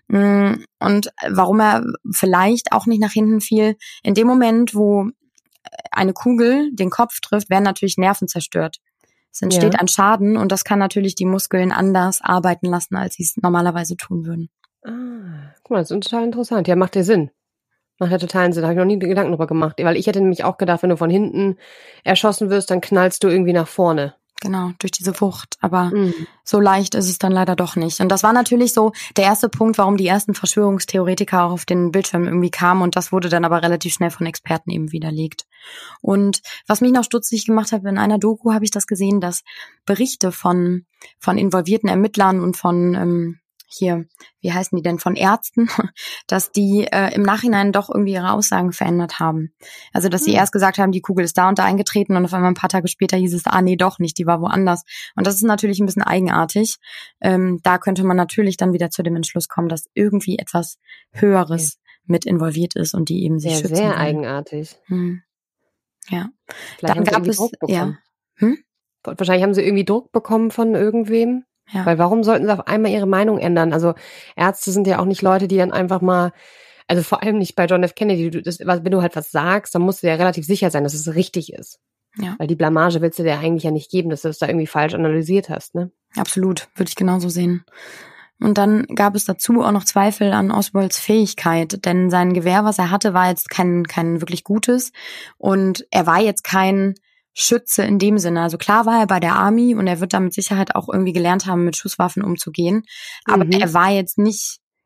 Und warum er vielleicht auch nicht nach hinten fiel, in dem Moment, wo eine Kugel den Kopf trifft, werden natürlich Nerven zerstört. Es entsteht ja. ein Schaden und das kann natürlich die Muskeln anders arbeiten lassen, als sie es normalerweise tun würden. Ah, guck mal, das ist total interessant. Ja, macht ja Sinn. Macht ja totalen Sinn. Da habe ich noch nie Gedanken drüber gemacht. Weil ich hätte nämlich auch gedacht, wenn du von hinten erschossen wirst, dann knallst du irgendwie nach vorne. Genau, durch diese Wucht. Aber mhm. so leicht ist es dann leider doch nicht. Und das war natürlich so der erste Punkt, warum die ersten Verschwörungstheoretiker auch auf den Bildschirm irgendwie kamen. Und das wurde dann aber relativ schnell von Experten eben widerlegt. Und was mich noch stutzig gemacht hat, in einer Doku habe ich das gesehen, dass Berichte von von involvierten Ermittlern und von ähm, hier, wie heißen die denn, von Ärzten, dass die äh, im Nachhinein doch irgendwie ihre Aussagen verändert haben. Also, dass sie mhm. erst gesagt haben, die Kugel ist da und da eingetreten und auf einmal ein paar Tage später hieß es, ah nee, doch nicht, die war woanders. Und das ist natürlich ein bisschen eigenartig. Ähm, da könnte man natürlich dann wieder zu dem Entschluss kommen, dass irgendwie etwas Höheres ja. mit involviert ist und die eben sich sehr, schützen sehr wollen. eigenartig. Hm. Ja. Vielleicht dann gab es, ja. Hm? Wahrscheinlich haben sie irgendwie Druck bekommen von irgendwem. Ja. Weil warum sollten sie auf einmal ihre Meinung ändern? Also Ärzte sind ja auch nicht Leute, die dann einfach mal, also vor allem nicht bei John F. Kennedy, du, das, wenn du halt was sagst, dann musst du ja relativ sicher sein, dass es richtig ist. Ja. Weil die Blamage willst du dir eigentlich ja nicht geben, dass du das da irgendwie falsch analysiert hast, ne? Absolut, würde ich genauso sehen. Und dann gab es dazu auch noch Zweifel an Oswalds Fähigkeit, denn sein Gewehr, was er hatte, war jetzt kein, kein wirklich gutes und er war jetzt kein Schütze in dem Sinne. Also klar war er bei der Army und er wird da mit Sicherheit auch irgendwie gelernt haben, mit Schusswaffen umzugehen. Aber mhm. er war jetzt nicht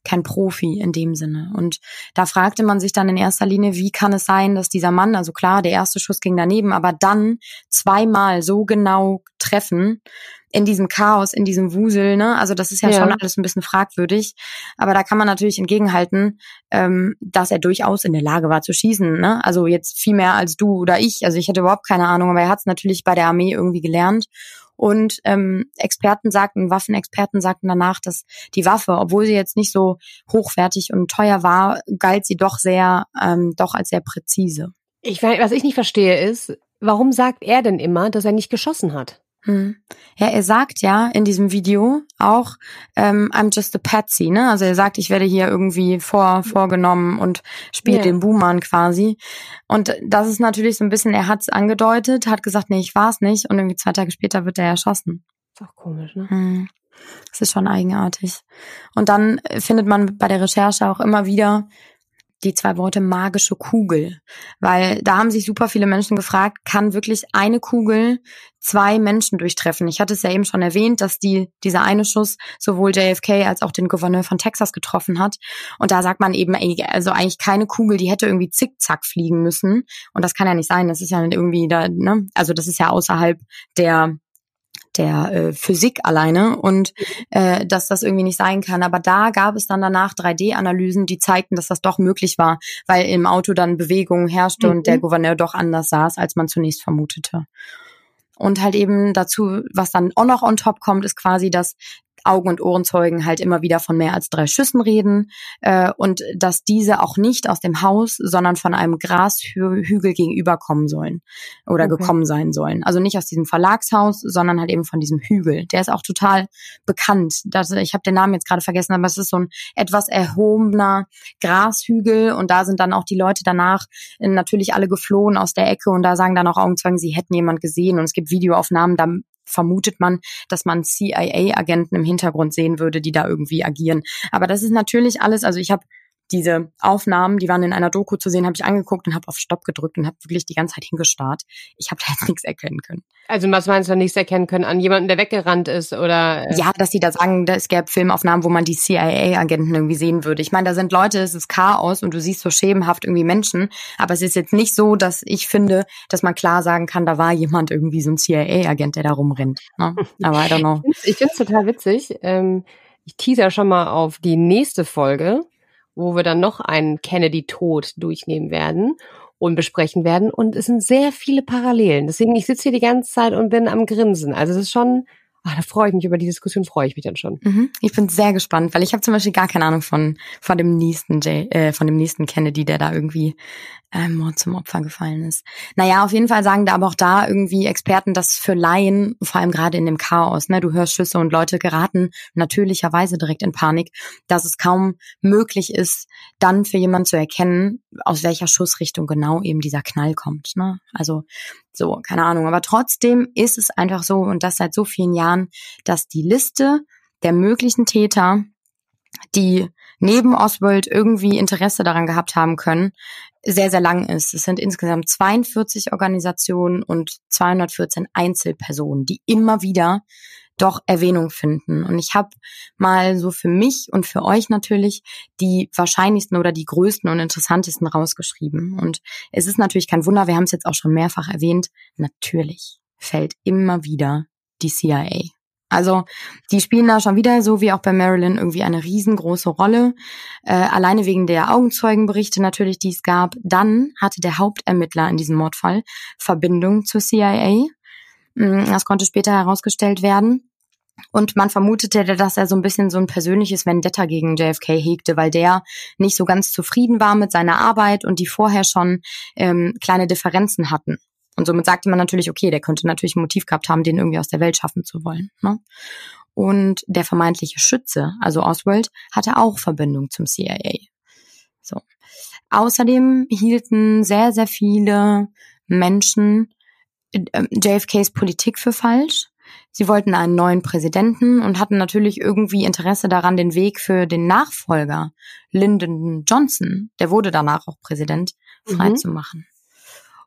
kein Profi in dem Sinne. Und da fragte man sich dann in erster Linie, wie kann es sein, dass dieser Mann, also klar, der erste Schuss ging daneben, aber dann zweimal so genau treffen in diesem Chaos, in diesem Wusel, ne? Also das ist ja, ja schon alles ein bisschen fragwürdig. Aber da kann man natürlich entgegenhalten, ähm, dass er durchaus in der Lage war zu schießen, ne? Also jetzt viel mehr als du oder ich. Also ich hatte überhaupt keine Ahnung, aber er hat es natürlich bei der Armee irgendwie gelernt. Und ähm, Experten sagten, Waffenexperten sagten danach, dass die Waffe, obwohl sie jetzt nicht so hochwertig und teuer war, galt sie doch sehr, ähm, doch als sehr präzise. Ich, was ich nicht verstehe ist, warum sagt er denn immer, dass er nicht geschossen hat? Hm. Ja, er sagt ja in diesem Video auch, ähm, I'm just a patsy, ne? Also er sagt, ich werde hier irgendwie vor vorgenommen und spielt yeah. den Buhmann quasi. Und das ist natürlich so ein bisschen, er hat es angedeutet, hat gesagt, nee, ich war's nicht. Und irgendwie zwei Tage später wird er erschossen. Ist auch komisch, ne? Hm. Das ist schon eigenartig. Und dann findet man bei der Recherche auch immer wieder die zwei Worte magische Kugel, weil da haben sich super viele Menschen gefragt, kann wirklich eine Kugel zwei Menschen durchtreffen? Ich hatte es ja eben schon erwähnt, dass die dieser eine Schuss sowohl J F K als auch den Gouverneur von Texas getroffen hat. Und da sagt man eben, also eigentlich keine Kugel, die hätte irgendwie zickzack fliegen müssen. Und das kann ja nicht sein. Das ist ja irgendwie da, ne? Also das ist ja außerhalb der der äh, Physik alleine und äh, dass das irgendwie nicht sein kann. Aber da gab es dann danach drei D Analysen, die zeigten, dass das doch möglich war, weil im Auto dann Bewegung herrschte mhm. und der Gouverneur doch anders saß, als man zunächst vermutete. Und halt eben dazu, was dann auch noch on top kommt, ist quasi, dass Augen- und Ohrenzeugen halt immer wieder von mehr als drei Schüssen reden äh, und dass diese auch nicht aus dem Haus, sondern von einem Grashügel gegenüber kommen sollen oder okay. gekommen sein sollen. Also nicht aus diesem Verlagshaus, sondern halt eben von diesem Hügel. Der ist auch total bekannt. Das, ich habe den Namen jetzt gerade vergessen, aber es ist so ein etwas erhobener Grashügel und da sind dann auch die Leute danach natürlich alle geflohen aus der Ecke und da sagen dann auch Augenzeugen, sie hätten jemand gesehen und es gibt Videoaufnahmen, da vermutet man, dass man C I A-Agenten im Hintergrund sehen würde, die da irgendwie agieren. Aber das ist natürlich alles, also ich habe diese Aufnahmen, die waren in einer Doku zu sehen, habe ich angeguckt und habe auf Stopp gedrückt und habe wirklich die ganze Zeit hingestarrt. Ich habe da jetzt nichts erkennen können. Also was meinst du, nichts erkennen können? An jemanden, der weggerannt ist oder? Äh? Ja, dass die da sagen, es gäbe Filmaufnahmen, wo man die C I A-Agenten irgendwie sehen würde. Ich meine, da sind Leute, es ist Chaos und du siehst so schemenhaft irgendwie Menschen, aber es ist jetzt nicht so, dass ich finde, dass man klar sagen kann, da war jemand irgendwie so ein C I A-Agent, der da rumrennt. Ne? Aber I don't know. Ich finde es total witzig. Ich teaser schon mal auf die nächste Folge, wo wir dann noch einen Kennedy-Tod durchnehmen werden und besprechen werden. Und es sind sehr viele Parallelen. Deswegen, ich sitze hier die ganze Zeit und bin am Grinsen. Also es ist schon, ach, da freue ich mich, über die Diskussion freue ich mich dann schon. Mhm. Ich bin sehr gespannt, weil ich habe zum Beispiel gar keine Ahnung von von dem nächsten J, äh, von dem nächsten Kennedy, der da irgendwie äh, Mord zum Opfer gefallen ist. Naja, auf jeden Fall sagen da aber auch da irgendwie Experten, dass für Laien, vor allem gerade in dem Chaos, ne, du hörst Schüsse und Leute geraten natürlicherweise direkt in Panik, dass es kaum möglich ist, dann für jemanden zu erkennen, aus welcher Schussrichtung genau eben dieser Knall kommt. Ne? Also so, keine Ahnung. Aber trotzdem ist es einfach so, und das seit so vielen Jahren, dass die Liste der möglichen Täter, die neben Oswald irgendwie Interesse daran gehabt haben können, sehr, sehr lang ist. Es sind insgesamt zweiundvierzig Organisationen und zweihundertvierzehn Einzelpersonen, die immer wieder doch Erwähnung finden. Und ich habe mal so für mich und für euch natürlich die wahrscheinlichsten oder die größten und interessantesten rausgeschrieben. Und es ist natürlich kein Wunder, wir haben es jetzt auch schon mehrfach erwähnt, natürlich fällt immer wieder die C I A. Also die spielen da schon wieder, so wie auch bei Marilyn, irgendwie eine riesengroße Rolle. Äh, alleine wegen der Augenzeugenberichte natürlich, die es gab. Dann hatte der Hauptermittler in diesem Mordfall Verbindung zur C I A. Das konnte später herausgestellt werden. Und man vermutete, dass er so ein bisschen so ein persönliches Vendetta gegen J F K hegte, weil der nicht so ganz zufrieden war mit seiner Arbeit und die vorher schon ähm, kleine Differenzen hatten. Und somit sagte man natürlich, okay, der könnte natürlich ein Motiv gehabt haben, den irgendwie aus der Welt schaffen zu wollen. Ne? Und der vermeintliche Schütze, also Oswald, hatte auch Verbindung zum C I A. So. Außerdem hielten sehr, sehr viele Menschen J F Ks Politik für falsch. Sie wollten einen neuen Präsidenten und hatten natürlich irgendwie Interesse daran, den Weg für den Nachfolger Lyndon Johnson, der wurde danach auch Präsident, freizumachen.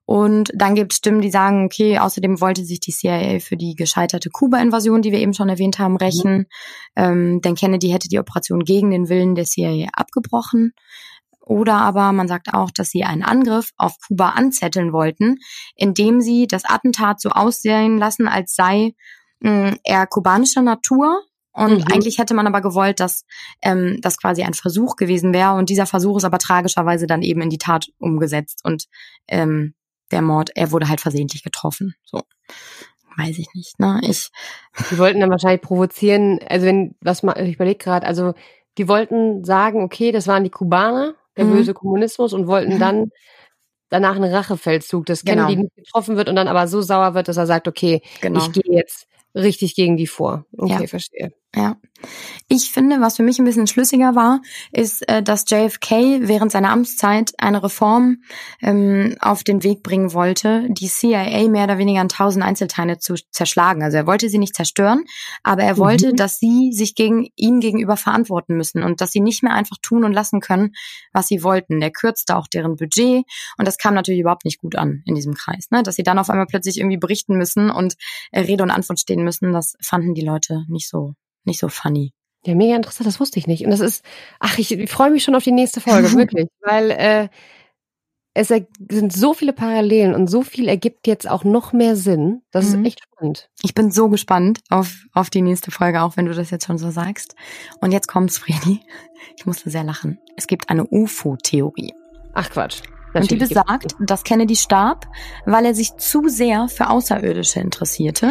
Und dann gibt es Stimmen, die sagen, okay, außerdem wollte sich die C I A für die gescheiterte Kuba-Invasion, die wir eben schon erwähnt haben, rächen. Mhm. Ähm, denn Kennedy hätte die Operation gegen den Willen der C I A abgebrochen. Oder aber man sagt auch, dass sie einen Angriff auf Kuba anzetteln wollten, indem sie das Attentat so aussehen lassen, als sei mh, er kubanischer Natur. Und mhm. eigentlich hätte man aber gewollt, dass ähm, das quasi ein Versuch gewesen wäre. Und dieser Versuch ist aber tragischerweise dann eben in die Tat umgesetzt. Und ähm, der Mord, er wurde halt versehentlich getroffen. So, weiß ich nicht. Ne, ich. Die wollten dann wahrscheinlich provozieren. Also wenn was mal, ich überlege gerade. Also die wollten sagen, okay, das waren die Kubaner, der mhm. böse Kommunismus, und wollten mhm. dann danach einen Rachefeldzug, dass Kennedy genau. nicht getroffen wird und dann aber so sauer wird, dass er sagt, okay, genau. ich gehe jetzt richtig gegen die vor. Okay, ja. verstehe. Ja. Ich finde, was für mich ein bisschen schlüssiger war, ist, dass J F K während seiner Amtszeit eine Reform ähm, auf den Weg bringen wollte, die C I A mehr oder weniger in tausend Einzelteile zu zerschlagen. Also er wollte sie nicht zerstören, aber er wollte, mhm. dass sie sich gegen ihm gegenüber verantworten müssen und dass sie nicht mehr einfach tun und lassen können, was sie wollten. Der kürzte auch deren Budget und das kam natürlich überhaupt nicht gut an in diesem Kreis, ne? Dass sie dann auf einmal plötzlich irgendwie berichten müssen und äh, Rede und Antwort stehen müssen, das fanden die Leute nicht so nicht so funny. Ja, mega interessant, das wusste ich nicht. Und das ist, ach, ich, ich freue mich schon auf die nächste Folge, wirklich. Weil äh, es sind so viele Parallelen und so viel ergibt jetzt auch noch mehr Sinn. Das mhm. ist echt spannend. Ich bin so gespannt auf auf die nächste Folge, auch wenn du das jetzt schon so sagst. Und jetzt kommt's, Fredi. Ich musste sehr lachen. Es gibt eine U F O-Theorie. Ach Quatsch. Und die besagt, dass Kennedy starb, weil er sich zu sehr für Außerirdische interessierte.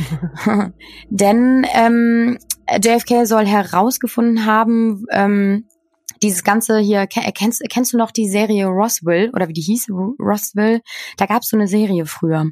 Denn ähm, J F K soll herausgefunden haben, ähm, dieses ganze hier, kennst, kennst du noch die Serie Roswell, oder wie die hieß, Roswell? Da gab es so eine Serie früher.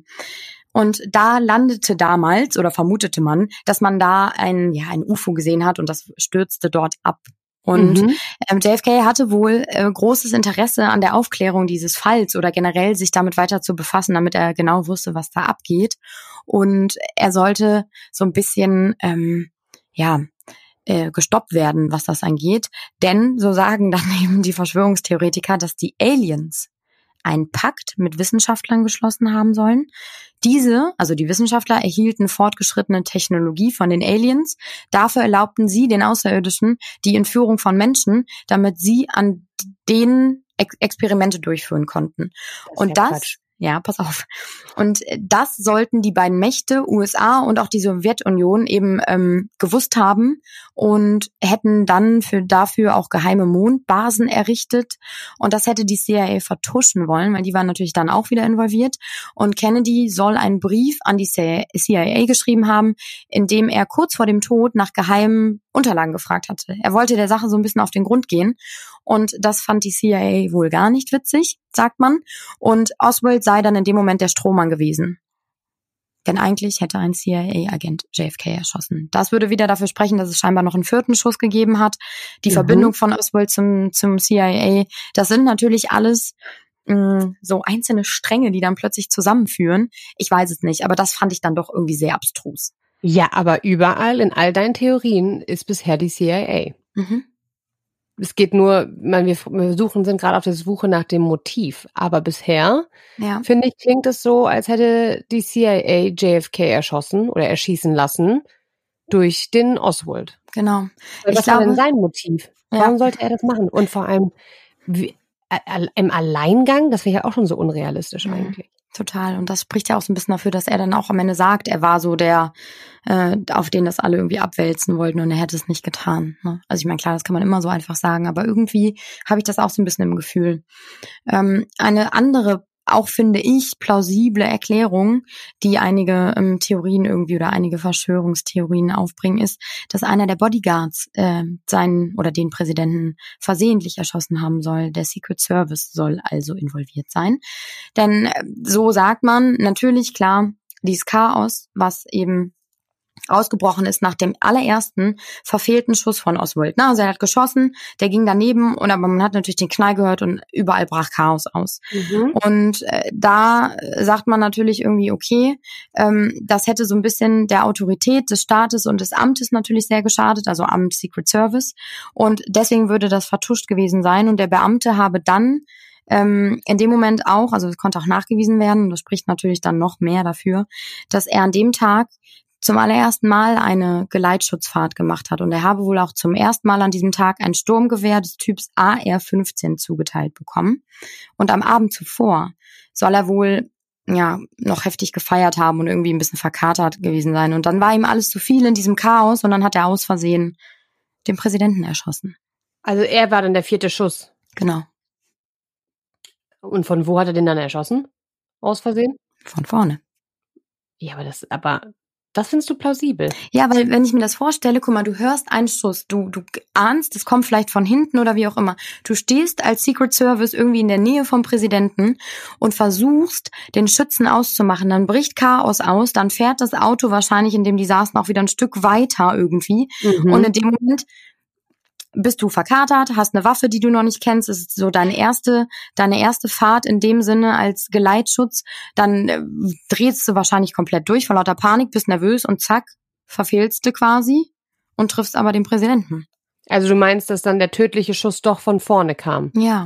Und da landete damals, oder vermutete man, dass man da ein, ja, ein U F O gesehen hat und das stürzte dort ab. Und mhm. ähm, J F K hatte wohl äh, großes Interesse an der Aufklärung dieses Falls oder generell sich damit weiter zu befassen, damit er genau wusste, was da abgeht. Und er sollte so ein bisschen, ähm, ja, äh, gestoppt werden, was das angeht. Denn, so sagen dann eben die Verschwörungstheoretiker, dass die Aliens einen Pakt mit Wissenschaftlern geschlossen haben sollen. Diese, also die Wissenschaftler, erhielten fortgeschrittene Technologie von den Aliens. Dafür erlaubten sie den Außerirdischen die Entführung von Menschen, damit sie an denen Ex- Experimente durchführen konnten. Das und das, Quatsch. Ja, pass auf. Und das sollten die beiden Mächte, U S A und auch die Sowjetunion, eben ähm, gewusst haben und hätten dann für dafür auch geheime Mondbasen errichtet. Und das hätte die C I A vertuschen wollen, weil die waren natürlich dann auch wieder involviert. Und Kennedy soll einen Brief an die C I A geschrieben haben, in dem er kurz vor dem Tod nach geheimen Unterlagen gefragt hatte. Er wollte der Sache so ein bisschen auf den Grund gehen. Und das fand die C I A wohl gar nicht witzig, sagt man. Und Oswald sei dann in dem Moment der Strohmann gewesen. Denn eigentlich hätte ein C I A-Agent J F K erschossen. Das würde wieder dafür sprechen, dass es scheinbar noch einen vierten Schuss gegeben hat. Die mhm. Verbindung von Oswald zum, zum C I A, das sind natürlich alles mh, so einzelne Stränge, die dann plötzlich zusammenführen. Ich weiß es nicht, aber das fand ich dann doch irgendwie sehr abstrus. Ja, aber überall in all deinen Theorien ist bisher die C I A. Mhm. Es geht nur, man, wir, wir suchen, sind gerade auf der Suche nach dem Motiv. Aber bisher, ja. finde ich, klingt es so, als hätte die C I A J F K erschossen oder erschießen lassen durch den Oswald. Genau. Was ich war glaube, denn sein Motiv? Ja. Warum sollte er das machen? Und vor allem wie, äh, im Alleingang, das wäre ja auch schon so unrealistisch mhm. eigentlich. Total. Und das spricht ja auch so ein bisschen dafür, dass er dann auch am Ende sagt, er war so der, äh, auf den das alle irgendwie abwälzen wollten und er hätte es nicht getan. Ne? Also ich meine, klar, das kann man immer so einfach sagen, aber irgendwie habe ich das auch so ein bisschen im Gefühl. Ähm, eine andere, auch finde ich, plausible Erklärung, die einige ähm, Theorien irgendwie oder einige Verschwörungstheorien aufbringen, ist, dass einer der Bodyguards äh, seinen oder den Präsidenten versehentlich erschossen haben soll. Der Secret Service soll also involviert sein. Denn äh, so sagt man, natürlich, klar, dieses Chaos, was eben ausgebrochen ist nach dem allerersten verfehlten Schuss von Oswald. Na, also er hat geschossen, der ging daneben und aber man hat natürlich den Knall gehört und überall brach Chaos aus. Mhm. Und äh, da sagt man natürlich irgendwie, okay, ähm, das hätte so ein bisschen der Autorität des Staates und des Amtes natürlich sehr geschadet, also Amt Secret Service. Und deswegen würde das vertuscht gewesen sein und der Beamte habe dann ähm, in dem Moment auch, also es konnte auch nachgewiesen werden, und das spricht natürlich dann noch mehr dafür, dass er an dem Tag zum allerersten Mal eine Geleitschutzfahrt gemacht hat. Und er habe wohl auch zum ersten Mal an diesem Tag ein Sturmgewehr des Typs A R fünfzehn zugeteilt bekommen. Und am Abend zuvor soll er wohl ja noch heftig gefeiert haben und irgendwie ein bisschen verkatert gewesen sein. Und dann war ihm alles zu viel in diesem Chaos und dann hat er aus Versehen den Präsidenten erschossen. Also er war dann der vierte Schuss. Genau. Und von wo hat er den dann erschossen? Aus Versehen? Von vorne. Ja, aber das, aber das findest du plausibel. Ja, weil wenn ich mir das vorstelle, guck mal, du hörst einen Schuss, du du ahnst, es kommt vielleicht von hinten oder wie auch immer. Du stehst als Secret Service irgendwie in der Nähe vom Präsidenten und versuchst, den Schützen auszumachen. Dann bricht Chaos aus, dann fährt das Auto wahrscheinlich, in dem die saßen, auch wieder ein Stück weiter irgendwie. Mhm. Und in dem Moment bist du verkatert, hast eine Waffe, die du noch nicht kennst, es ist so deine erste, deine erste Fahrt in dem Sinne als Geleitschutz, dann äh, drehst du wahrscheinlich komplett durch vor lauter Panik, bist nervös und zack, verfehlst du quasi und triffst aber den Präsidenten. Also du meinst, dass dann der tödliche Schuss doch von vorne kam? Ja.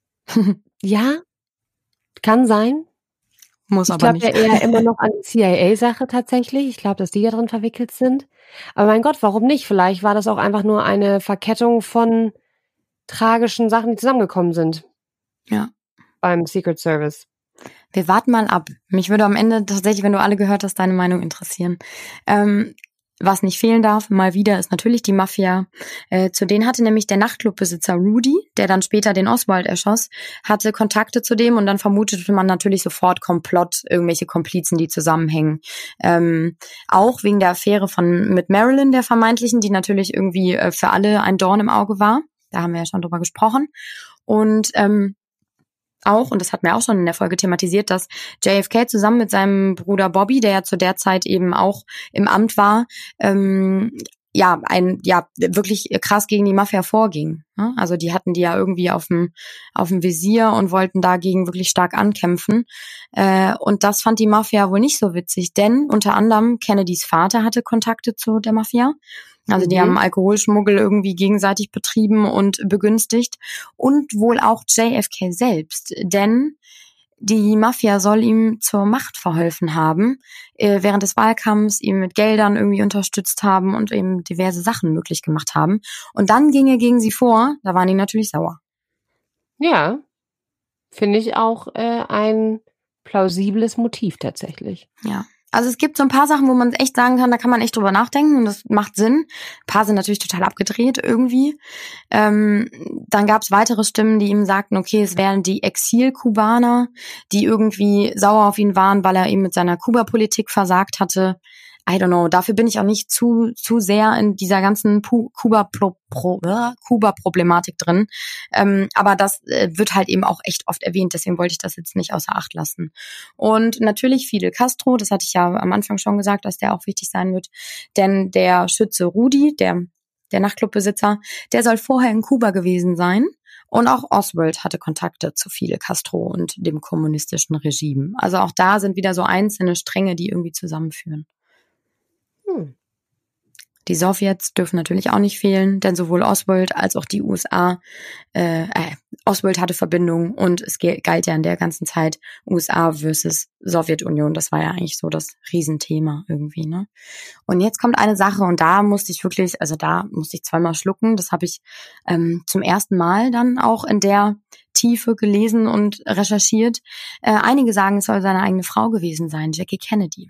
Ja, kann sein. Muss ich aber nicht. Ich glaube ja eher immer noch an die C I A-Sache tatsächlich. Ich glaube, dass die da drin verwickelt sind. Aber mein Gott, warum nicht? Vielleicht war das auch einfach nur eine Verkettung von tragischen Sachen, die zusammengekommen sind. Ja. Beim Secret Service. Wir warten mal ab. Mich würde am Ende tatsächlich, wenn du alle gehört hast, deine Meinung interessieren. Ähm, was nicht fehlen darf, mal wieder, ist natürlich die Mafia. Äh, zu denen hatte nämlich der Nachtclubbesitzer Rudy, der dann später den Oswald erschoss, hatte Kontakte zu dem und dann vermutete man natürlich sofort Komplott, irgendwelche Komplizen, die zusammenhängen. Ähm, auch wegen der Affäre von mit Marilyn, der vermeintlichen, die natürlich irgendwie äh, für alle ein Dorn im Auge war. Da haben wir ja schon drüber gesprochen. Und ähm, auch, und das hat mir auch schon in der Folge thematisiert, dass J F K zusammen mit seinem Bruder Bobby, der ja zu der Zeit eben auch im Amt war, ähm, ja, ein, ja, wirklich krass gegen die Mafia vorging. Also die hatten die ja irgendwie auf dem, auf dem Visier und wollten dagegen wirklich stark ankämpfen. Äh, und das fand die Mafia wohl nicht so witzig, denn unter anderem Kennedys Vater hatte Kontakte zu der Mafia. Also die mhm. haben Alkoholschmuggel irgendwie gegenseitig betrieben und begünstigt und wohl auch J F K selbst, denn die Mafia soll ihm zur Macht verholfen haben, äh, während des Wahlkampfs ihm mit Geldern irgendwie unterstützt haben und eben diverse Sachen möglich gemacht haben. Und dann ging er gegen sie vor, da waren die natürlich sauer. Ja, finde ich auch äh, ein plausibles Motiv tatsächlich. Ja. Also es gibt so ein paar Sachen, wo man echt sagen kann, da kann man echt drüber nachdenken und das macht Sinn. Ein paar sind natürlich total abgedreht irgendwie. Ähm, dann gab es weitere Stimmen, die ihm sagten, okay, es wären die Exil-Kubaner, die irgendwie sauer auf ihn waren, weil er eben mit seiner Kuba-Politik versagt hatte. I don't know, dafür bin ich auch nicht zu zu sehr in dieser ganzen Kuba-Problematik drin. Ähm, aber das äh, wird halt eben auch echt oft erwähnt, deswegen wollte ich das jetzt nicht außer Acht lassen. Und natürlich Fidel Castro, das hatte ich ja am Anfang schon gesagt, dass der auch wichtig sein wird, denn der Schütze Rudy, der der Nachtclubbesitzer, der soll vorher in Kuba gewesen sein. Und auch Oswald hatte Kontakte zu Fidel Castro und dem kommunistischen Regime. Also auch da sind wieder so einzelne Stränge, die irgendwie zusammenführen. Hm. Die Sowjets dürfen natürlich auch nicht fehlen, denn sowohl Oswald als auch die U S A, äh, äh, Oswald hatte Verbindungen und es galt ja in der ganzen Zeit U S A versus Sowjetunion. Das war ja eigentlich so das Riesenthema irgendwie, ne? Und jetzt kommt eine Sache und da musste ich wirklich, also da musste ich zweimal schlucken. Das habe ich ähm, zum ersten Mal dann auch in der Tiefe gelesen und recherchiert. Äh, einige sagen, es soll seine eigene Frau gewesen sein, Jackie Kennedy.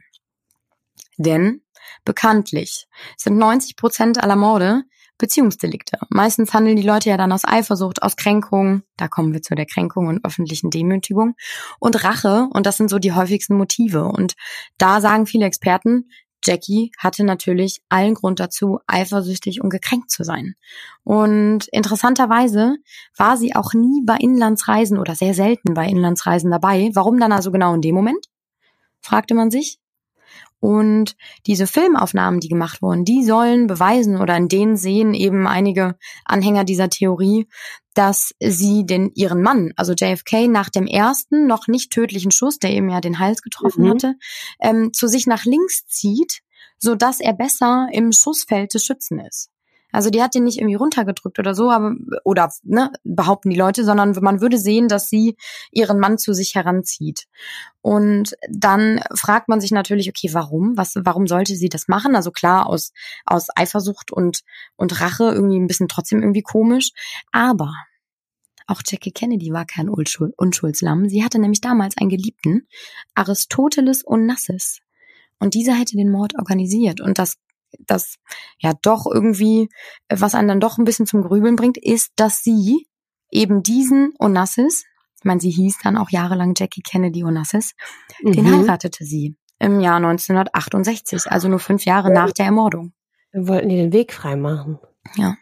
Denn bekanntlich sind neunzig Prozent aller Morde Beziehungsdelikte. Meistens handeln die Leute ja dann aus Eifersucht, aus Kränkung, da kommen wir zu der Kränkung und öffentlichen Demütigung, und Rache, und das sind so die häufigsten Motive. Und da sagen viele Experten, Jackie hatte natürlich allen Grund dazu, eifersüchtig und gekränkt zu sein. Und interessanterweise war sie auch nie bei Inlandsreisen oder sehr selten bei Inlandsreisen dabei. Warum dann also genau in dem Moment? Fragte man sich. Und diese Filmaufnahmen, die gemacht wurden, die sollen beweisen, oder in denen sehen eben einige Anhänger dieser Theorie, dass sie den ihren Mann, also J F K, nach dem ersten, noch nicht tödlichen Schuss, der eben ja den Hals getroffen mhm. hatte, ähm, zu sich nach links zieht, so dass er besser im Schussfeld des Schützen ist. Also die hat den nicht irgendwie runtergedrückt oder so, aber oder ne, behaupten die Leute, sondern man würde sehen, dass sie ihren Mann zu sich heranzieht. Und dann fragt man sich natürlich, okay, warum? Was, warum sollte sie das machen? Also klar, aus aus Eifersucht und und Rache irgendwie ein bisschen trotzdem irgendwie komisch. Aber auch Jackie Kennedy war kein Unschuld, Unschuldslamm. Sie hatte nämlich damals einen Geliebten, Aristoteles Onassis. Und dieser hätte den Mord organisiert. Und das das ja doch irgendwie, was einen dann doch ein bisschen zum Grübeln bringt, ist, dass sie eben diesen Onassis, ich meine, sie hieß dann auch jahrelang Jackie Kennedy Onassis, mhm. den heiratete sie im Jahr neunzehnhundertachtundsechzig, also nur fünf Jahre ja. nach der Ermordung. Dann wollten die den Weg frei machen. Ja.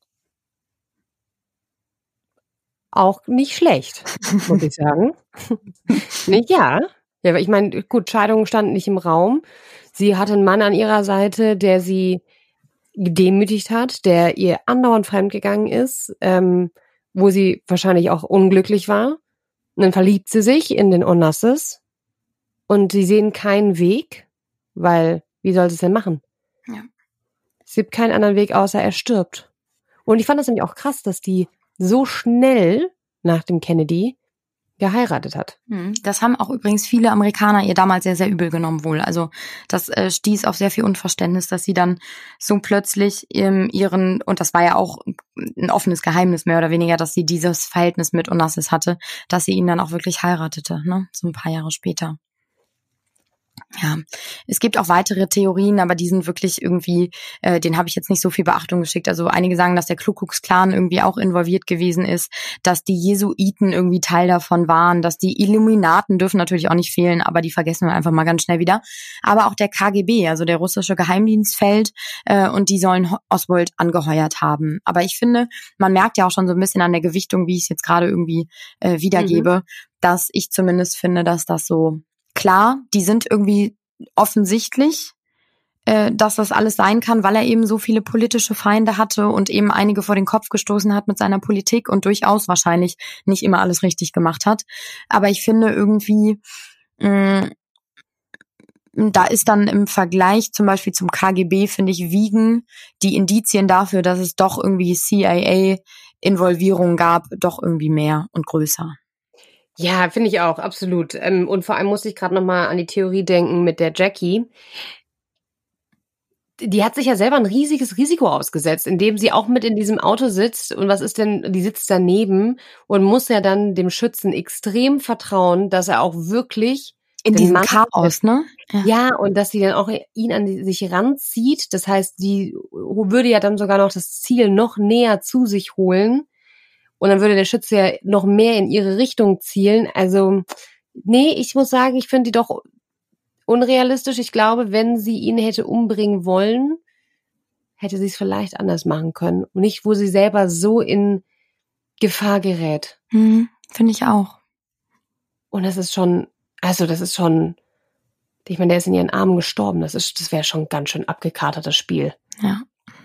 Auch nicht schlecht, muss ich sagen. Nicht, ja. Ja, ich meine, gut, Scheidungen standen nicht im Raum. Sie hatte einen Mann an ihrer Seite, der sie gedemütigt hat, der ihr andauernd fremdgegangen ist, ähm, wo sie wahrscheinlich auch unglücklich war. Und dann verliebt sie sich in den Onassis und sie sehen keinen Weg, weil, wie soll sie es denn machen? Ja. Es gibt keinen anderen Weg, außer er stirbt. Und ich fand das nämlich auch krass, dass die so schnell nach dem Kennedy geheiratet hat. Das haben auch übrigens viele Amerikaner ihr damals sehr, sehr übel genommen wohl. Also das äh, stieß auf sehr viel Unverständnis, dass sie dann so plötzlich ähm, ihren, und das war ja auch ein offenes Geheimnis mehr oder weniger, dass sie dieses Verhältnis mit Onassis hatte, dass sie ihn dann auch wirklich heiratete, ne? So ein paar Jahre später. Ja, es gibt auch weitere Theorien, aber die sind wirklich irgendwie, äh, denen habe ich jetzt nicht so viel Beachtung geschickt. Also einige sagen, dass der Ku Klux Klan irgendwie auch involviert gewesen ist, dass die Jesuiten irgendwie Teil davon waren, dass die Illuminaten dürfen natürlich auch nicht fehlen, aber die vergessen wir einfach mal ganz schnell wieder. Aber auch der K G B, also der russische Geheimdienst fällt äh, und die sollen Oswald angeheuert haben. Aber ich finde, man merkt ja auch schon so ein bisschen an der Gewichtung, wie ich es jetzt gerade irgendwie äh, wiedergebe, mhm. dass ich zumindest finde, dass das so klar, die sind irgendwie offensichtlich, äh, dass das alles sein kann, weil er eben so viele politische Feinde hatte und eben einige vor den Kopf gestoßen hat mit seiner Politik und durchaus wahrscheinlich nicht immer alles richtig gemacht hat. Aber ich finde irgendwie, mh, da ist dann im Vergleich zum Beispiel zum K G B, finde ich, wiegen die Indizien dafür, dass es doch irgendwie C I A-Involvierung gab, doch irgendwie mehr und größer. Ja, finde ich auch, absolut. Ähm, und vor allem musste ich gerade nochmal an die Theorie denken mit der Jackie. Die hat sich ja selber ein riesiges Risiko ausgesetzt, indem sie auch mit in diesem Auto sitzt. Und was ist denn, die sitzt daneben und muss ja dann dem Schützen extrem vertrauen, dass er auch wirklich in diesem Mann, Chaos, ne? Ja. ja, und dass sie dann auch ihn an die, sich ranzieht. Das heißt, die würde ja dann sogar noch das Ziel noch näher zu sich holen. Und dann würde der Schütze ja noch mehr in ihre Richtung zielen. Also, nee, ich muss sagen, ich finde die doch unrealistisch. Ich glaube, wenn sie ihn hätte umbringen wollen, hätte sie es vielleicht anders machen können. Und nicht, wo sie selber so in Gefahr gerät. Hm, finde ich auch. Und das ist schon, also das ist schon, ich meine, der ist in ihren Armen gestorben. Das ist, das wäre schon ein ganz schön abgekatertes Spiel. Ja.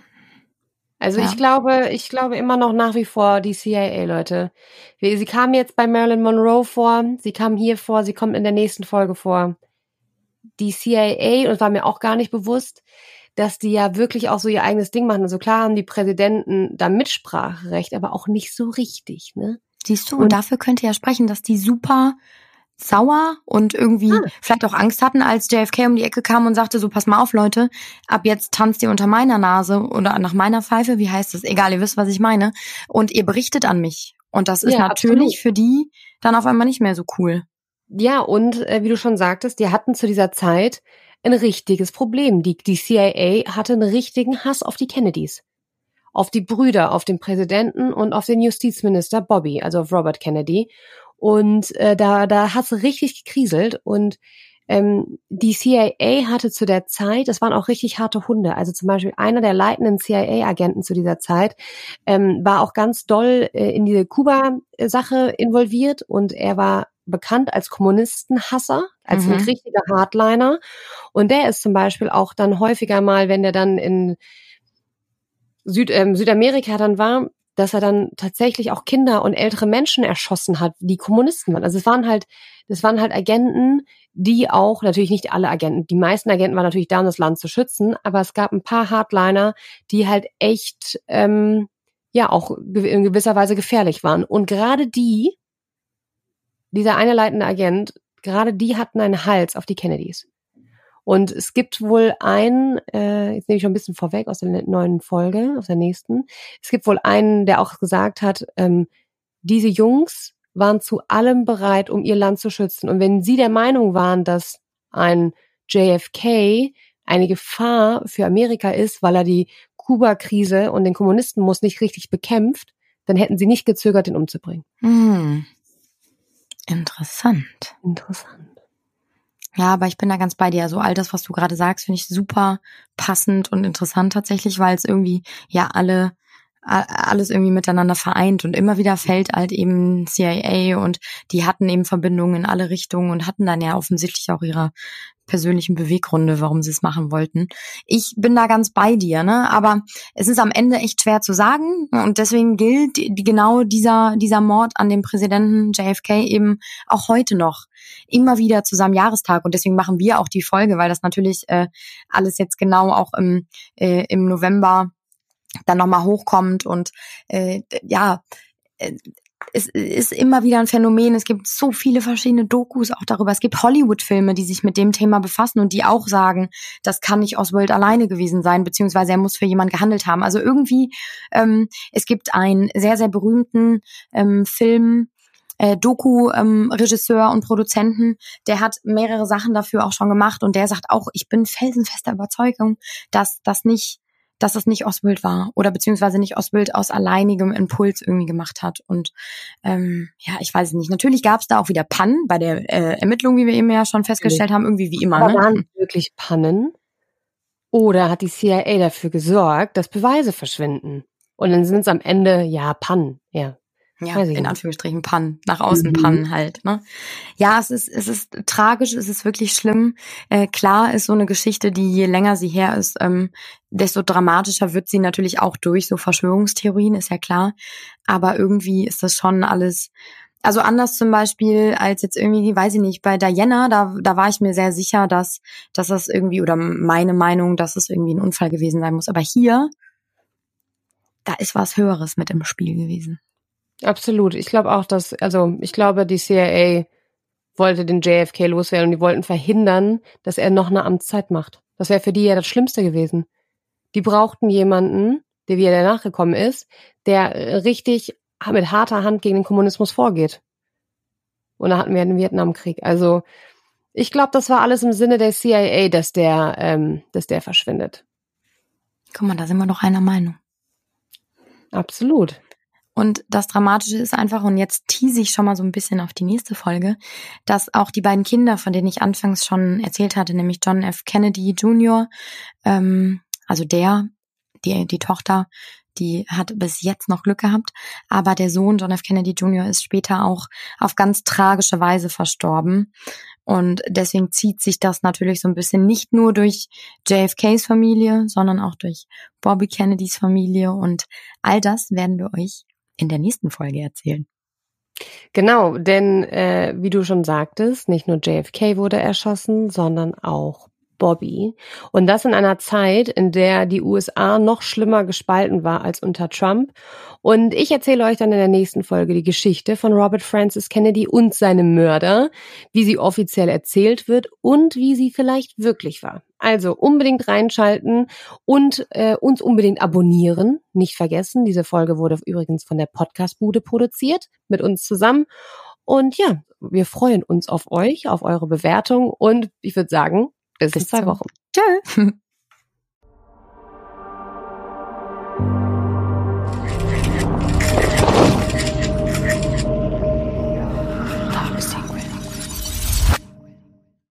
Also ja. ich glaube, ich glaube immer noch nach wie vor die C I A, Leute. Sie kam jetzt bei Marilyn Monroe vor, sie kam hier vor, sie kommt in der nächsten Folge vor. Die C I A, und es war mir auch gar nicht bewusst, dass die ja wirklich auch so ihr eigenes Ding machen. Also klar haben die Präsidenten da Mitspracherecht, aber auch nicht so richtig, ne? Siehst du, und, und dafür könnte ja sprechen, dass die super sauer und irgendwie ah. vielleicht auch Angst hatten, als J F K um die Ecke kam und sagte, so pass mal auf, Leute, ab jetzt tanzt ihr unter meiner Nase oder nach meiner Pfeife, wie heißt das? Egal, ihr wisst, was ich meine. Und ihr berichtet an mich. Und das ist ja, natürlich absolut. Für die dann auf einmal nicht mehr so cool. Ja, und äh, wie du schon sagtest, die hatten zu dieser Zeit ein richtiges Problem. Die, die C I A hatte einen richtigen Hass auf die Kennedys. Auf die Brüder, auf den Präsidenten und auf den Justizminister Bobby, also auf Robert Kennedy. Und äh, da, da hat's richtig gekriselt. Und ähm, die C I A hatte zu der Zeit, das waren auch richtig harte Hunde. Also zum Beispiel einer der leitenden C I A-Agenten zu dieser Zeit ähm, war auch ganz doll äh, in diese Kuba-Sache involviert. Und er war bekannt als Kommunistenhasser, als mhm. ein richtiger Hardliner. Und der ist zum Beispiel auch dann häufiger mal, wenn der dann in Süd, ähm, Südamerika dann war, dass er dann tatsächlich auch Kinder und ältere Menschen erschossen hat, die Kommunisten waren. Also es waren halt, das waren halt Agenten, die auch, natürlich nicht alle Agenten, die meisten Agenten waren natürlich da, um das Land zu schützen, aber es gab ein paar Hardliner, die halt echt, ähm, ja, auch in gewisser Weise gefährlich waren. Und gerade die, dieser eine leitende Agent, gerade die hatten einen Hals auf die Kennedys. Und es gibt wohl einen, äh, jetzt nehme ich schon ein bisschen vorweg aus der neuen Folge, aus der nächsten, es gibt wohl einen, der auch gesagt hat, ähm, diese Jungs waren zu allem bereit, um ihr Land zu schützen. Und wenn sie der Meinung waren, dass ein J F K eine Gefahr für Amerika ist, weil er die Kuba-Krise und den Kommunismus nicht richtig bekämpft, dann hätten sie nicht gezögert, ihn umzubringen. Hm. Interessant. Interessant. Ja, aber ich bin da ganz bei dir. Also all das, was du gerade sagst, finde ich super passend und interessant tatsächlich, weil es irgendwie ja alle alles irgendwie miteinander vereint und immer wieder fällt halt eben C I A und die hatten eben Verbindungen in alle Richtungen und hatten dann ja offensichtlich auch ihre persönlichen Beweggründe, warum sie es machen wollten. Ich bin da ganz bei dir, ne? Aber es ist am Ende echt schwer zu sagen und deswegen gilt die, genau dieser dieser Mord an dem Präsidenten J F K eben auch heute noch immer wieder zu seinem Jahrestag und deswegen machen wir auch die Folge, weil das natürlich äh, alles jetzt genau auch im äh, im November dann nochmal hochkommt und äh, ja, äh, es ist immer wieder ein Phänomen. Es gibt so viele verschiedene Dokus auch darüber. Es gibt Hollywood-Filme, die sich mit dem Thema befassen und die auch sagen, das kann nicht Oswald alleine gewesen sein, beziehungsweise er muss für jemanden gehandelt haben. Also irgendwie, ähm, es gibt einen sehr, sehr berühmten ähm, Film, äh, Doku-Regisseur ähm, und Produzenten, der hat mehrere Sachen dafür auch schon gemacht und der sagt auch, ich bin felsenfester Überzeugung, dass das nicht dass es nicht Oswald war oder beziehungsweise nicht Oswald aus alleinigem Impuls irgendwie gemacht hat. Und ähm, ja, ich weiß es nicht. Natürlich gab es da auch wieder Pannen bei der äh, Ermittlung, wie wir eben ja schon festgestellt haben, irgendwie wie immer. Aber ne? waren es wirklich Pannen? Oder hat die C I A dafür gesorgt, dass Beweise verschwinden? Und dann sind es am Ende, ja, Pannen, ja. Ja, in Anführungsstrichen Pannen, nach außen mhm. Pannen halt, ne? Ja, es ist, es ist tragisch, es ist wirklich schlimm. Äh, klar ist so eine Geschichte, die je länger sie her ist, ähm, desto dramatischer wird sie natürlich auch durch so Verschwörungstheorien, ist ja klar. Aber irgendwie ist das schon alles, also anders zum Beispiel als jetzt irgendwie, weiß ich nicht, bei Diana, da, da war ich mir sehr sicher, dass, dass das irgendwie, oder meine Meinung, dass es irgendwie ein Unfall gewesen sein muss. Aber hier, da ist was Höheres mit im Spiel gewesen. Absolut. Ich glaube auch, dass, also ich glaube, die C I A wollte den J F K loswerden und die wollten verhindern, dass er noch eine Amtszeit macht. Das wäre für die ja das Schlimmste gewesen. Die brauchten jemanden, der wie er danach gekommen ist, der richtig mit harter Hand gegen den Kommunismus vorgeht. Und da hatten wir den Vietnamkrieg. Also ich glaube, das war alles im Sinne der C I A, dass der, ähm, dass der verschwindet. Guck mal, da sind wir doch einer Meinung. Absolut. Und das Dramatische ist einfach, und jetzt tease ich schon mal so ein bisschen auf die nächste Folge, dass auch die beiden Kinder, von denen ich anfangs schon erzählt hatte, nämlich John F. Kennedy Junior, ähm, also der, die, die Tochter, die hat bis jetzt noch Glück gehabt, aber der Sohn John F. Kennedy Junior ist später auch auf ganz tragische Weise verstorben. Und deswegen zieht sich das natürlich so ein bisschen nicht nur durch J F Ks Familie, sondern auch durch Bobby Kennedys Familie. Und all das werden wir euch in der nächsten Folge erzählen. Genau, denn äh, wie du schon sagtest, nicht nur J F K wurde erschossen, sondern auch Bobby. Und das in einer Zeit, in der die U S A noch schlimmer gespalten war als unter Trump. Und ich erzähle euch dann in der nächsten Folge die Geschichte von Robert Francis Kennedy und seinem Mörder, wie sie offiziell erzählt wird und wie sie vielleicht wirklich war. Also unbedingt reinschalten und äh, uns unbedingt abonnieren. Nicht vergessen, diese Folge wurde übrigens von der Podcast-Bude produziert, mit uns zusammen. Und ja, wir freuen uns auf euch, auf eure Bewertung und ich würde sagen, bis in zwei Wochen. Tschö.